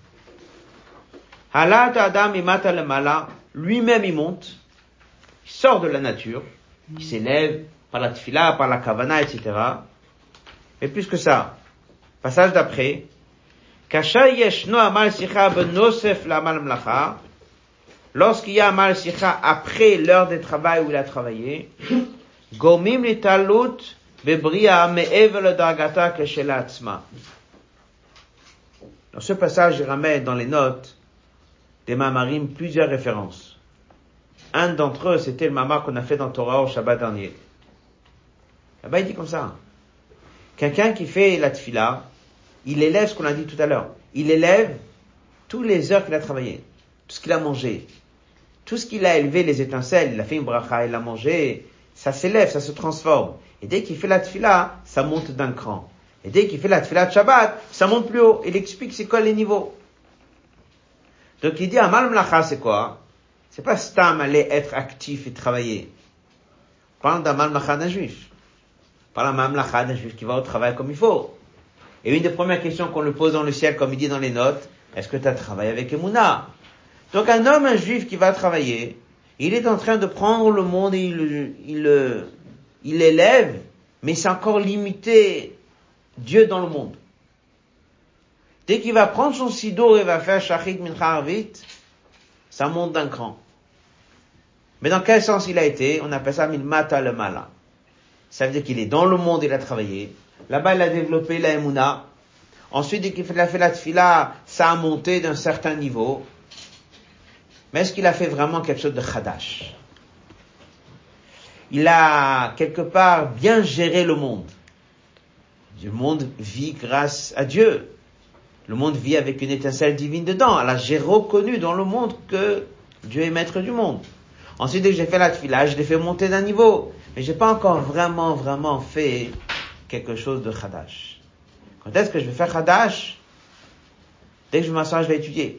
Halat adam imata lemala, lui-même il monte. Il sort de la nature, il s'élève par la tfila, par la kavana, et cetera. Mais plus que ça, passage d'après, Kasha yeshno amal sicha benosef la amal mlacha, lorsqu'il y a amal sicha après l'heure de travail où il a travaillé, gomim litalut bebria me'ev le dargata keshela atzma. Dans ce passage, il ramène dans les notes des mamarim plusieurs références. Un d'entre eux, c'était le mamar qu'on a fait dans Torah au Shabbat dernier. Là-bas, il dit comme ça. Quelqu'un qui fait la tfila, il élève ce qu'on a dit tout à l'heure. Il élève toutes les heures qu'il a travaillé, tout ce qu'il a mangé, tout ce qu'il a élevé, les étincelles, il a fait une bracha, il a mangé, ça s'élève, ça se transforme. Et dès qu'il fait la tefila, ça monte d'un cran. Et dès qu'il fait la tefila de Shabbat, ça monte plus haut. Il explique c'est quoi les niveaux. Donc il dit, Amal Mlacha, c'est quoi? C'est pas Stam aller être actif et travailler. On parle d'Amal Mlacha d'un juif. On parle d'Amal Mlacha d'un juif qui va au travail comme il faut. Et une des premières questions qu'on lui pose dans le ciel, comme il dit dans les notes, est-ce que tu as travaillé avec Emouna? Donc un homme, un juif qui va travailler, il est en train de prendre le monde et il, il, il l'élève, mais c'est encore limité Dieu dans le monde. Dès qu'il va prendre son sidour et va faire Shachit Mincha Arvit, ça monte d'un cran. Mais dans quel sens il a été? On appelle ça Milmata le Mala. Ça veut dire qu'il est dans le monde, il a travaillé. Là-bas, il a développé la Emouna. Ensuite, dès qu'il a fait la Tfila, ça a monté d'un certain niveau. Mais est-ce qu'il a fait vraiment quelque chose de Khadash? Il a, quelque part, bien géré le monde. Le monde vit grâce à Dieu. Le monde vit avec une étincelle divine dedans. Alors, j'ai reconnu dans le monde que Dieu est maître du monde. Ensuite, dès que j'ai fait la Tfila, je l'ai fait monter d'un niveau. Mais j'ai pas encore vraiment, vraiment fait quelque chose de Khadash. Quand est-ce que je vais faire Khadash? Dès que je m'assois, je vais étudier.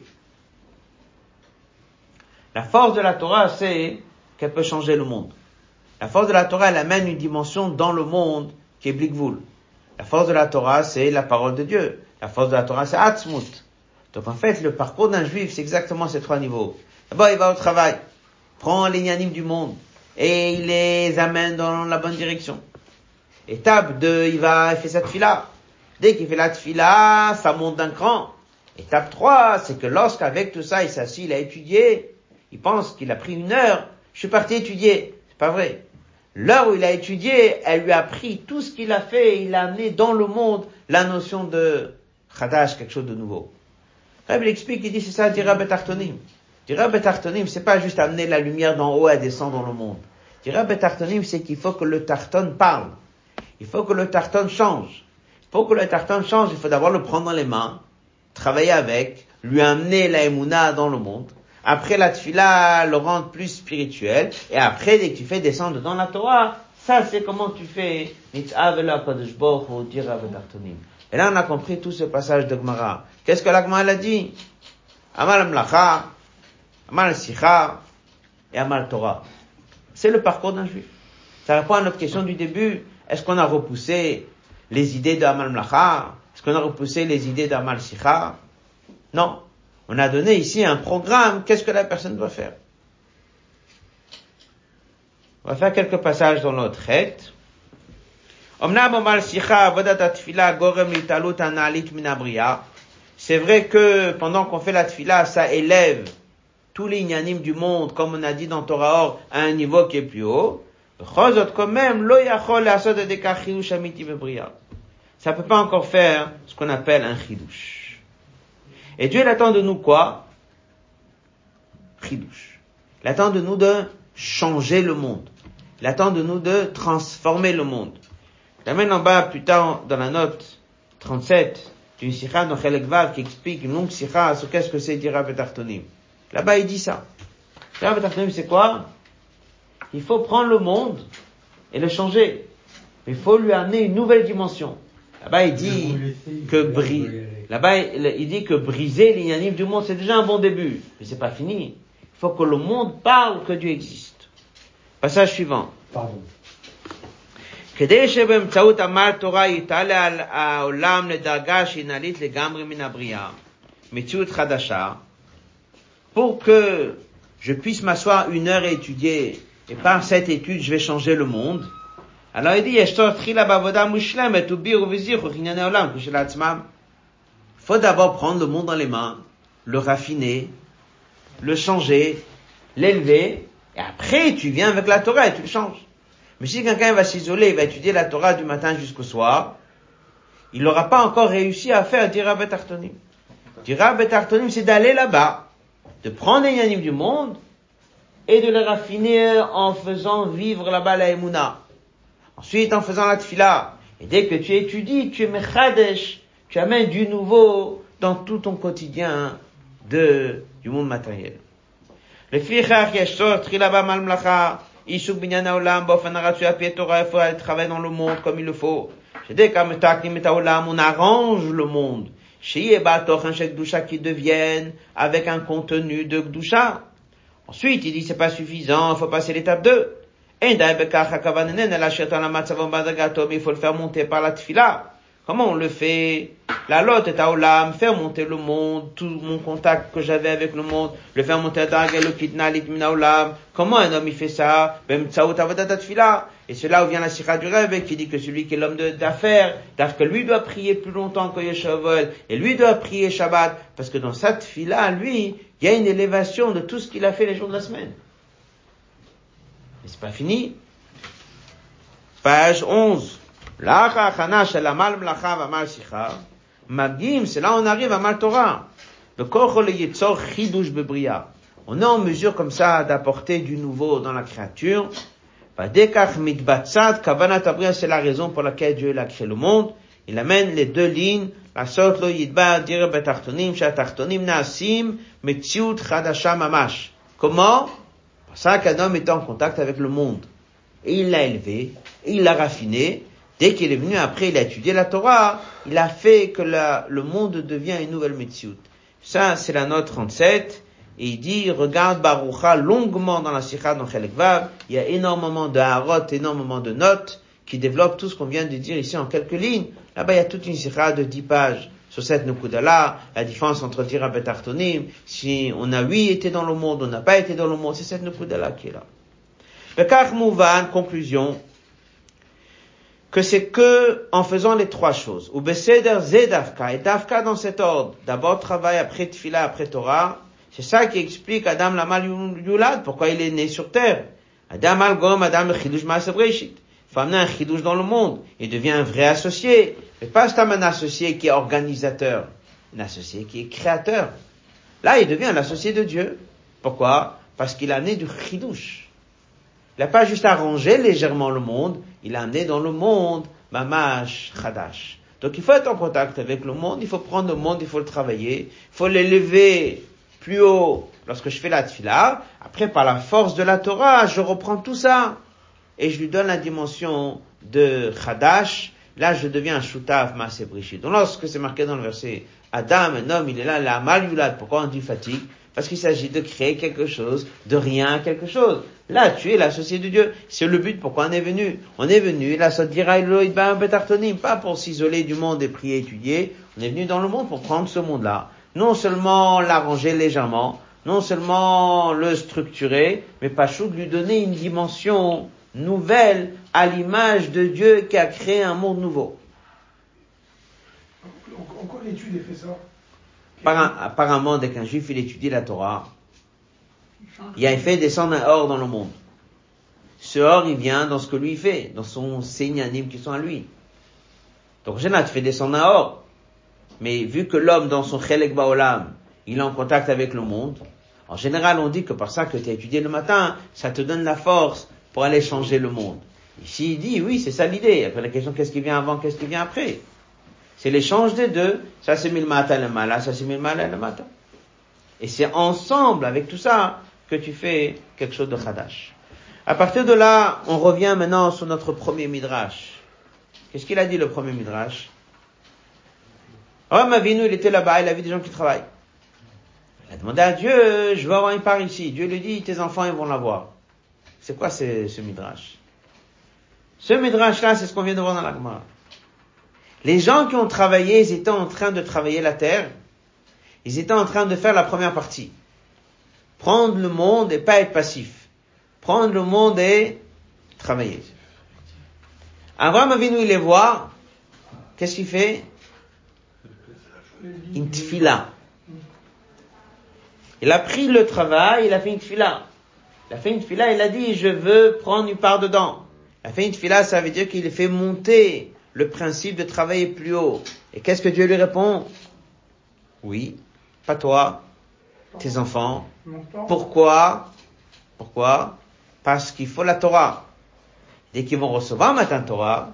La force de la Torah, c'est qu'elle peut changer le monde. La force de la Torah, elle amène une dimension dans le monde qui est Blikvoul. La force de la Torah, c'est la parole de Dieu. La force de la Torah, c'est Atzmut. Donc en fait, le parcours d'un juif, c'est exactement ces trois niveaux. D'abord, il va au travail, prend les yanimes du monde, et il les amène dans la bonne direction. Étape deux, il va, il fait sa tefila. Dès qu'il fait la tefila, ça monte d'un cran. Étape trois, c'est que lorsqu'avec tout ça, il s'assit, il a étudié, il pense qu'il a pris une heure, je suis parti étudier. C'est pas vrai. L'heure où il a étudié, elle lui a pris tout ce qu'il a fait, il a amené dans le monde la notion de Khadash, quelque chose de nouveau. Rabbi il explique, il dit, c'est ça, Dira Betartonim. Dira Betartonim, c'est pas juste amener la lumière d'en haut et descendre dans le monde. Dira Betartonim, c'est qu'il faut que le tarton parle. Il faut que le tarton change. Pour que le tarton change, il faut d'abord le prendre dans les mains, travailler avec, lui amener la Emouna dans le monde. Après la tefila, le rendre plus spirituel. Et après, dès que tu fais descendre dans la Torah, ça c'est comment tu fais. Et là, on a compris tout ce passage de Gemara. Qu'est-ce que la Gemara a dit? Amal Mlacha, Amal Sicha et Amal Torah. C'est le parcours d'un juif. Ça répond à notre question du début. Est-ce qu'on a repoussé les idées de Amal Mlacha? Est-ce qu'on a repoussé les idées d'Amal Sicha? Non. On a donné ici un programme. Qu'est-ce que la personne doit faire? On va faire quelques passages dans notre traite. C'est vrai que pendant qu'on fait la tefila, ça élève tous les inyanim du monde, comme on a dit dans Torah Or, à un niveau qui est plus haut. Quand même, ça peut pas encore faire ce qu'on appelle un chidouche. Et Dieu, il attend de nous quoi? Chidouche. Il attend de nous de changer le monde. Il attend de nous de transformer le monde. Il amène en bas, plus tard, dans la note trente-sept, d'une sikha dans Chelek Vav, qui explique une longue sikha sur qu'est-ce que c'est Dira Betartonim. Là-bas, il dit ça. Dira Betartonim, c'est quoi? Il faut prendre le monde et le changer. Il faut lui amener une nouvelle dimension. Là-bas, il dit que bri... Là-bas, il dit que briser l'inanime du monde, c'est déjà un bon début. Mais c'est pas fini. Il faut que le monde parle que Dieu existe. Passage suivant. Pardon. כדי שבאמצעות עמל תורה יתעלה על העולם לדרגה שינהלית לגמרי מן הבריאה, מציאות חדשה, pour que je puisse m'asseoir une heure et étudier, et par cette étude, je vais changer le monde. Alors il dit, il faut d'abord prendre le monde dans les mains, le raffiner, le changer, l'élever, et après tu viens avec la Torah et tu le changes. Mais si quelqu'un va s'isoler, il va étudier la Torah du matin jusqu'au soir, il n'aura pas encore réussi à faire Dira Betartonim. Dira Betartonim, c'est d'aller là-bas, de prendre les yanim du monde, et de les raffiner en faisant vivre là-bas la Emouna. Ensuite, en faisant la Tfila. Et dès que tu étudies, tu es Mechadesh, tu amènes du nouveau dans tout ton quotidien de, du monde matériel. Le fichach yeshor trilaba mal mlacha, ishuk binyan haolam, bofen aratsu api Torah, il faut aller travailler dans le monde comme il le faut. Dès qu'on arrange le monde, qui devienne avec un contenu de Gdusha. Ensuite, il dit c'est pas suffisant, il faut passer l'étape deux. Mais il faut le faire monter par la tfila. Comment on le fait? La lotte est à olam, faire monter le monde, tout mon contact que j'avais avec le monde, le faire monter à darga, le kitna, l'itmina olam. Comment un homme il fait ça? Et c'est là où vient la sikha du Rebbe qui dit que celui qui est l'homme d'affaires, que lui doit prier plus longtemps que Yeshavol, et lui doit prier Shabbat, parce que dans sa tfila, lui, il y a une élévation de tout ce qu'il a fait les jours de la semaine. Mais c'est pas fini. Page onze. Lacha chana shel amal mlacha v'amal sikha. Magim, c'est là on arrive à Mal Torah. Le kocho le yitzor chidush bebria. On est en mesure comme ça d'apporter du nouveau dans la créature. Vadekach mitbatzat kavanat abria, c'est la raison pour laquelle Dieu a créé le monde. Il amène les deux lignes. La sorte lo yidba dire betartonim shatartonim naasim metziut chadasha mamash. Comment? Pour ça qu'un homme est en contact avec le monde. Et il l'a élevé, et il l'a raffiné. Dès qu'il est venu après, il a étudié la Torah, il a fait que la, le monde devient une nouvelle Metsiout. Ça, c'est la note trente-sept. Et il dit, regarde Barucha longuement dans la Sikha, dans Chelek Vav. Il y a énormément de harot, énormément de notes qui développent tout ce qu'on vient de dire ici en quelques lignes. Là-bas, il y a toute une Sikha de dix pages sur cette Nukudala, la différence entre Dira Betartonim. Si on a oui été dans le monde, on n'a pas été dans le monde, c'est cette Nukudala qui est là. Le Kach Mouvan, conclusion, que c'est que en faisant les trois choses, ou beseder zedavka, et davka dans cet ordre, d'abord travail, après tfila, après Torah, c'est ça qui explique Adam Lamal Yulad, pourquoi il est né sur terre. Adam Al-Gom, Adam Chidush Maaseh Breshit. Il faut amener un chidush dans le monde, il devient un vrai associé, mais pas seulement un associé qui est organisateur, un associé qui est créateur. Là, il devient un associé de Dieu. Pourquoi? Parce qu'il a amené du chidush. Il n'a pas juste arrangé légèrement le monde, il a amené dans le monde mamash chadash. Donc il faut être en contact avec le monde, il faut prendre le monde, il faut le travailler, il faut l'élever plus haut lorsque je fais la tfila. Après, par la force de la Torah, je reprends tout ça et je lui donne la dimension de chadash. Là, je deviens un shutaf maaseh breshit. Donc lorsque c'est marqué dans le verset, Adam, un homme, il est là, la mal yulad. Pourquoi on dit fatigue? Parce qu'il s'agit de créer quelque chose, de rien quelque chose. Là, tu es l'associé de Dieu. C'est le but pourquoi on est venu. On est venu, là, ça dira, pas pour s'isoler du monde et prier, étudier. On est venu dans le monde pour prendre ce monde-là. Non seulement l'arranger légèrement, non seulement le structurer, mais pas chou de lui donner une dimension nouvelle à l'image de Dieu qui a créé un monde nouveau. En quoi l'étude fait ça? Apparemment, dès qu'un juif il étudie la Torah, il a fait descendre un or dans le monde. Ce or, il vient dans ce que lui fait, dans son séignanim qui sont à lui. Donc, Génat fait descendre un or. Mais vu que l'homme, dans son chelek baolam, il est en contact avec le monde, en général, on dit que par ça que tu as étudié le matin, ça te donne la force pour aller changer le monde. Ici, il dit, oui, c'est ça l'idée. Après, la question, qu'est-ce qui vient avant, qu'est-ce qui vient après? C'est l'échange des deux. Ça, c'est milmata le mala, ça, c'est milmala le mata. Et c'est ensemble, avec tout ça, que tu fais quelque chose de chadash. À partir de là, on revient maintenant sur notre premier midrash. Qu'est-ce qu'il a dit, le premier midrash? Abraham Avinu, il était là-bas, il a vu des gens qui travaillent. Il a demandé à Dieu, je veux avoir une part ici. Dieu lui dit, tes enfants, ils vont l'avoir. C'est quoi ce, ce midrash? Ce midrash-là, c'est ce qu'on vient de voir dans la Gemara. Les gens qui ont travaillé, ils étaient en train de travailler la terre. Ils étaient en train de faire la première partie. Prendre le monde et pas être passif. Prendre le monde et travailler. Abraham Avinu, il les voit. Qu'est-ce qu'il fait? Une tfila. Il a pris le travail, il a fait une tfila. Il a fait une tfila, il a dit, je veux prendre une part dedans. Il a fait une tfila, ça veut dire qu'il a fait monter le principe de travailler plus haut. Et qu'est-ce que Dieu lui répond? Oui, pas toi, tes enfants. Pourquoi? Pourquoi? Parce qu'il faut la Torah. Dès qu'ils vont recevoir matin Torah,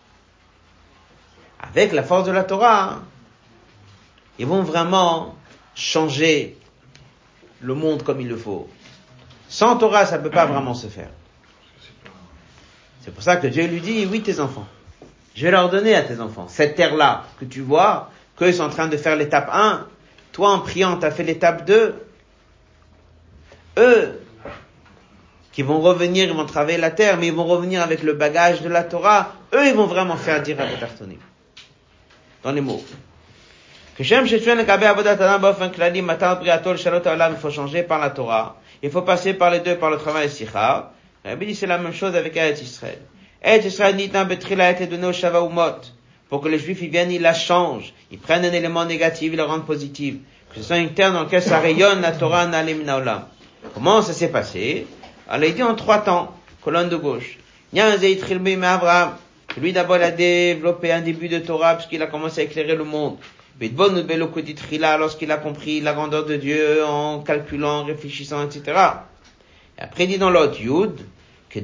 avec la force de la Torah, ils vont vraiment changer le monde comme il le faut. Sans Torah, ça peut pas vraiment se faire. C'est pour ça que Dieu lui dit, oui, tes enfants. Je vais leur donner à tes enfants cette terre-là que tu vois, qu'eux sont en train de faire l'étape un. Toi, en priant, tu as fait l'étape deux. Eux, qui vont revenir, ils vont travailler la terre, mais ils vont revenir avec le bagage de la Torah. Eux, ils vont vraiment faire dire à Tartonim. Dans les mots. Que Shem Shechuen le Kabé Avodat Adam Bofan Klali Matar Briatol Shalot Olam, il faut changer par la Torah. Il faut passer par les deux, par le travail et Sicha. Rabbi dit c'est la même chose avec Eretz Israël. Eretz Israël Nitan Betrila a été donné au Shava Umot. Pour que les Juifs, ils viennent, ils la changent. Ils prennent un élément négatif, ils le rendent positif. Que ce soit une terre dans laquelle ça rayonne la Torah Na'ale Min Haolam. Comment ça s'est passé? Alors il dit en trois temps, colonne de gauche. Abraham. Lui d'abord il a développé un début de Torah puisqu'il a commencé à éclairer le monde. Lorsqu'il a compris la grandeur de Dieu en calculant, en réfléchissant, et cetera. Et après il dit dans l'autre Yud, que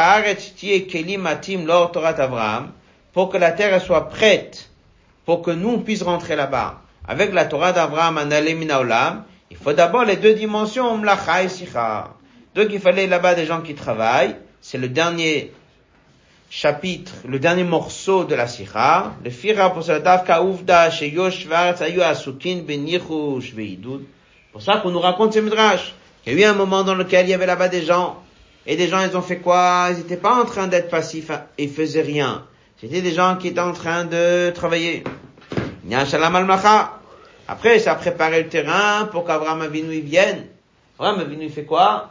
pour que la terre elle soit prête, pour que nous puissions rentrer là-bas. Avec la Torah d'Abraham, Na'ale Min Haolam, il faut d'abord les deux dimensions, Mlacha et Sicha. Donc il fallait là-bas des gens qui travaillent. C'est le dernier chapitre, le dernier morceau de la Sicha. Le Fira pour ça, Davka Uvda, Sheyosh Shvarz, Ayu Asukin, Benichush, Veidud. Pour ça qu'on nous raconte ces midrash. Il y a eu un moment dans lequel il y avait là-bas des gens. Et des gens, ils ont fait quoi? Ils n'étaient pas en train d'être passifs et ils faisaient rien. C'était des gens qui étaient en train de travailler. Nyashalam al-Macha. Après, ça a préparé le terrain pour qu'Abraham Avinu y vienne. Abraham Avinu il fait quoi?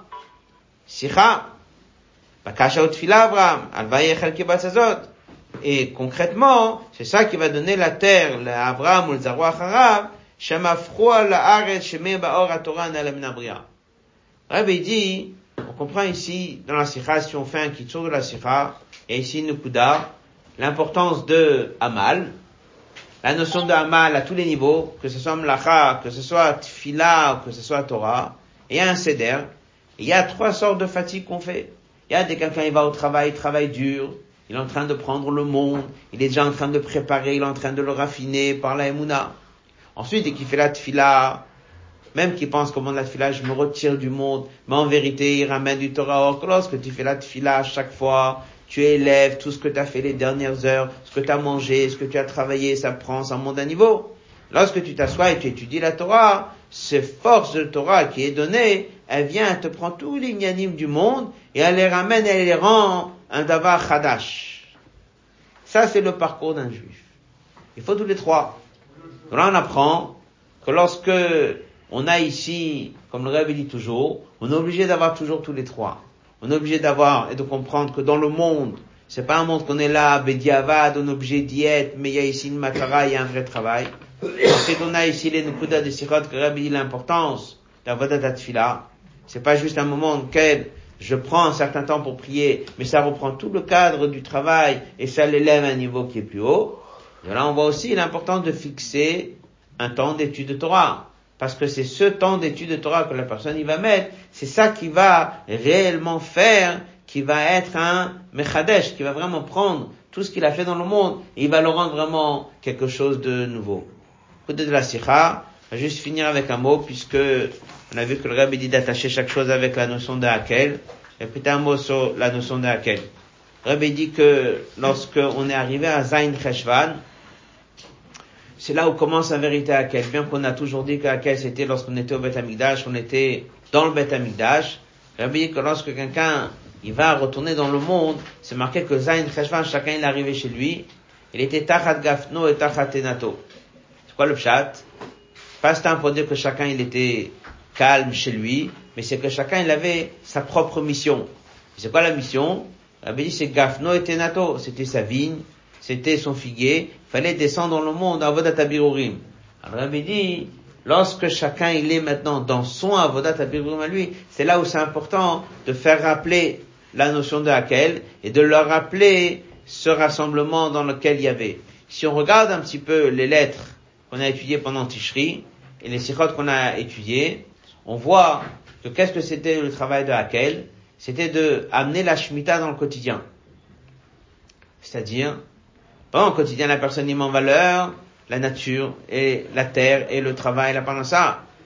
Sicha. Bakasha utfila Abraham. Alvaye chelki batzazot. Et concrètement, c'est ça qui va donner la terre, l'Abraham ou le Zarwa Harav, Shemafru al-Haaretz shemei ba'or ha-Torah na'ale min ha-Bria. Rabbi dit, on comprend ici, dans la Sicha, si on fait un kitsur de la Sicha, et ici une Nukuda, l'importance de Amal, la notion de Amal à tous les niveaux, que ce soit Mlacha, que ce soit Tfila, que ce soit Torah, et il y a un Seder, et il y a trois sortes de fatigues qu'on fait. Il y a des quelqu'un, il va au travail, il travaille dur, il est en train de prendre le monde, il est déjà en train de préparer, il est en train de le raffiner par la Emouna. Ensuite, dès qu'il fait la Tfila, même qu'il pense comment la Tfila, je me retire du monde, mais en vérité, il ramène du Torah. Or, lorsque tu fais la Tfila chaque fois, tu élèves tout ce que tu as fait les dernières heures, ce que tu as mangé, ce que tu as travaillé, ça prend, ça monte d'un niveau. Lorsque tu t'assois et tu étudies la Torah, cette force de Torah qui est donnée, elle vient, elle te prend tous les ignanim du monde, et elle les ramène, elle les rend un davar chadash. Ça, c'est le parcours d'un juif. Il faut tous les trois. Donc là, on apprend que lorsque on a ici, comme le Rebbe dit toujours, on est obligé d'avoir toujours tous les trois. On est obligé d'avoir et de comprendre que dans le monde, c'est pas un monde qu'on est là, bediavad, on est obligé d'y être, mais il y a ici une matara, il y a un vrai travail. Ensuite, on a ici les nukuda de Sichot, que Rabbi dit l'importance d'Avodat Tfila. C'est pas juste un moment auquel je prends un certain temps pour prier, mais ça reprend tout le cadre du travail et ça l'élève à un niveau qui est plus haut. Et là, on voit aussi l'importance de fixer un temps d'étude de Torah. Parce que c'est ce temps d'étude de Torah que la personne y va mettre, c'est ça qui va réellement faire, qui va être un mechadesh, qui va vraiment prendre tout ce qu'il a fait dans le monde, et il va le rendre vraiment quelque chose de nouveau. Côté de la Sicha, on va juste finir avec un mot, puisque on a vu que le Rebbe dit d'attacher chaque chose avec la notion de Hakel. Et puis un mot sur la notion de Hakel. Le Rebbe dit que lorsque on est arrivé à Zayin Cheshvan, c'est là où commence la vérité à Hakel. Bien qu'on a toujours dit que Hakel c'était lorsqu'on était au Beth Amikdash, on était dans le Beth Amikdash. Le Rebbe dit que lorsque quelqu'un il va retourner dans le monde, c'est marqué que Zayin Cheshvan, chacun il est arrivé chez lui, il était Tachat Gafno et Tachat Tenato. C'est quoi le pshat? Pas c'est pour dire que chacun il était calme chez lui, mais c'est que chacun il avait sa propre mission. Et c'est quoi la mission? Le Rebbe dit c'est Gafno et Tenato, c'était sa vigne, c'était son figuier, il fallait descendre dans le monde, Avodat Abirurim. Alors, Rabbi dit, lorsque chacun il est maintenant dans son Avodat Abirurim à lui, c'est là où c'est important de faire rappeler la notion de Hakel et de leur rappeler ce rassemblement dans lequel il y avait. Si on regarde un petit peu les lettres qu'on a étudiées pendant Tishri et les sikhot qu'on a étudiées, on voit que qu'est-ce que c'était le travail de Hakel? C'était de amener la Shemitah dans le quotidien. C'est-à-dire, dans le quotidien, la personne y met en valeur la nature et la terre et le travail, la parnassa.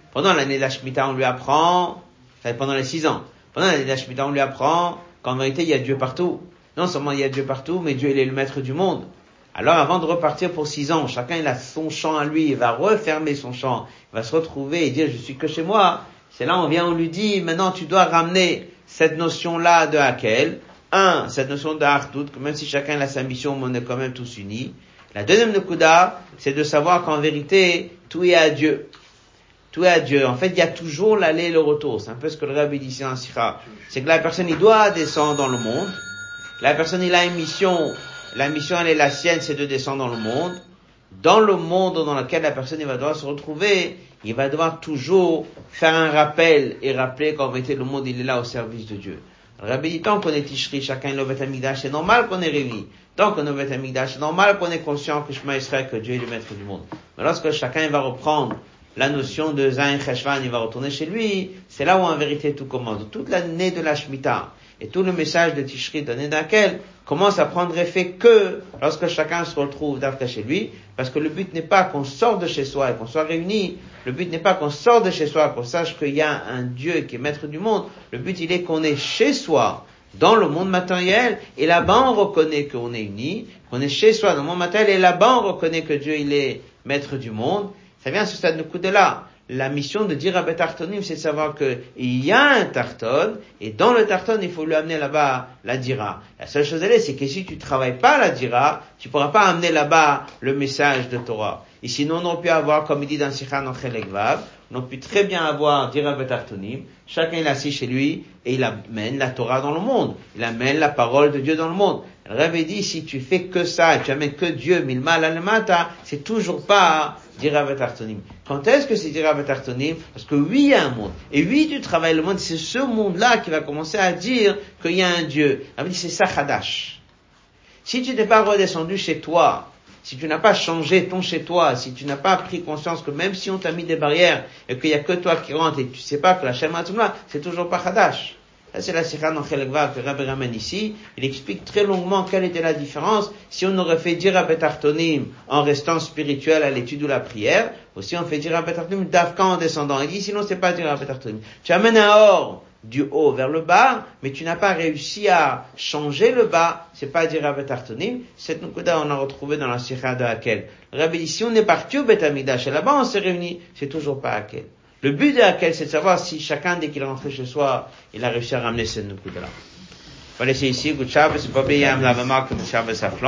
Pendant l'année de la Shemitah, on lui apprend, enfin, pendant les six ans, pendant l'année de la Shemitah, on lui apprend qu'en vérité, il y a Dieu partout. Non seulement il y a Dieu partout, mais Dieu, il est le maître du monde. Alors, avant de repartir pour six ans, chacun, il a son champ à lui, il va refermer son champ, il va se retrouver et dire, je suis que chez moi. C'est là, on vient, on lui dit, maintenant, tu dois ramener cette notion-là de Hakel. Un, cette notion de Hartout, que même si chacun a sa mission, on est quand même tous unis. La deuxième Nekuda, c'est de savoir qu'en vérité, tout est à Dieu. Tout est à Dieu. En fait, il y a toujours l'aller et le retour. C'est un peu ce que le Rabbi dit ici en Sira. C'est que la personne, il doit descendre dans le monde. La personne, il a une mission. La mission, elle est la sienne, c'est de descendre dans le monde. Dans le monde dans lequel la personne, il va devoir se retrouver, il va devoir toujours faire un rappel et rappeler qu'en vérité, le monde, il est là au service de Dieu. Le Rabbi dit, tant qu'on est Tishri, chacun est le Beth Amikdash, c'est normal qu'on est réunis. Tant qu'on est au Beth Amikdash, c'est normal qu'on est conscient que Shema Israël, que Dieu est le maître du monde. Mais lorsque chacun va reprendre la notion de Zayin Cheshvan, il va retourner chez lui, c'est là où en vérité tout commence. Toute l'année de la Shemitah et tout le message de Tishri donné d'Akel commence à prendre effet que lorsque chacun se retrouve d'Afka chez lui, parce que le but n'est pas qu'on sorte de chez soi et qu'on soit réunis, le but n'est pas qu'on sorte de chez soi, qu'on sache qu'il y a un Dieu qui est maître du monde, le but il est qu'on est chez soi, dans le monde matériel, et là-bas on reconnaît qu'on est unis, qu'on est chez soi dans le monde matériel, et là-bas on reconnaît que Dieu il est maître du monde. Ça vient à ce stade de coup de là. La mission de dire à Bet Tartonim, c'est de savoir qu'il y a un Tarton, et dans le Tarton, il faut lui amener là-bas la Dira. La seule chose elle est, c'est que si tu travailles pas la Dira, tu pourras pas amener là-bas le message de Torah. Et sinon, on aurait pu avoir, comme il dit dans Sikha Nochelek Vav, on aurait pu très bien avoir Dira Bet Tartonim, chacun il est assis chez lui, et il amène la Torah dans le monde. Il amène la parole de Dieu dans le monde. Le Rabbi dit, si tu fais que ça, et tu amènes que Dieu, milmal al-mata, c'est toujours pas Dira Bet Tartonim. Quand est-ce que c'est Dira Bet Tartonim? Parce que oui, il y a un monde. Et oui, tu travailles le monde, c'est ce monde-là qui va commencer à dire qu'il y a un Dieu. Il dit, c'est ça Chadash. Si tu n'es pas redescendu chez toi, si tu n'as pas changé ton chez toi, si tu n'as pas pris conscience que même si on t'a mis des barrières, et qu'il y a que toi qui rentres, et tu sais pas que la Shema Tzumla, c'est toujours pas Chadash. Là, c'est la Sikha Nochelek Vav que Rabbi ramène ici. Il explique très longuement quelle était la différence si on aurait fait Dira Bet Tartonim en restant spirituel à l'étude ou la prière, ou si on fait Dira Bet Tartonim d'Afka en descendant. Il dit, sinon c'est pas Dira Bet Tartonim. Tu amènes un or du haut vers le bas, mais tu n'as pas réussi à changer le bas, c'est pas Dira Bet Tartonim. Cette Nukuda, on a retrouvé dans la Sikha de Hakel. Le Rabbi dit, si on est parti au Bet Amikdash, et là-bas on s'est réunis, c'est toujours pas Hakel. Le but de Hakel, c'est de savoir si chacun, dès qu'il est rentré chez soi, il a réussi à ramener cette Nukuda-là. On va laisser ici, Good Shabbos, c'est pas bien, la remarque de Shabbos à flanc.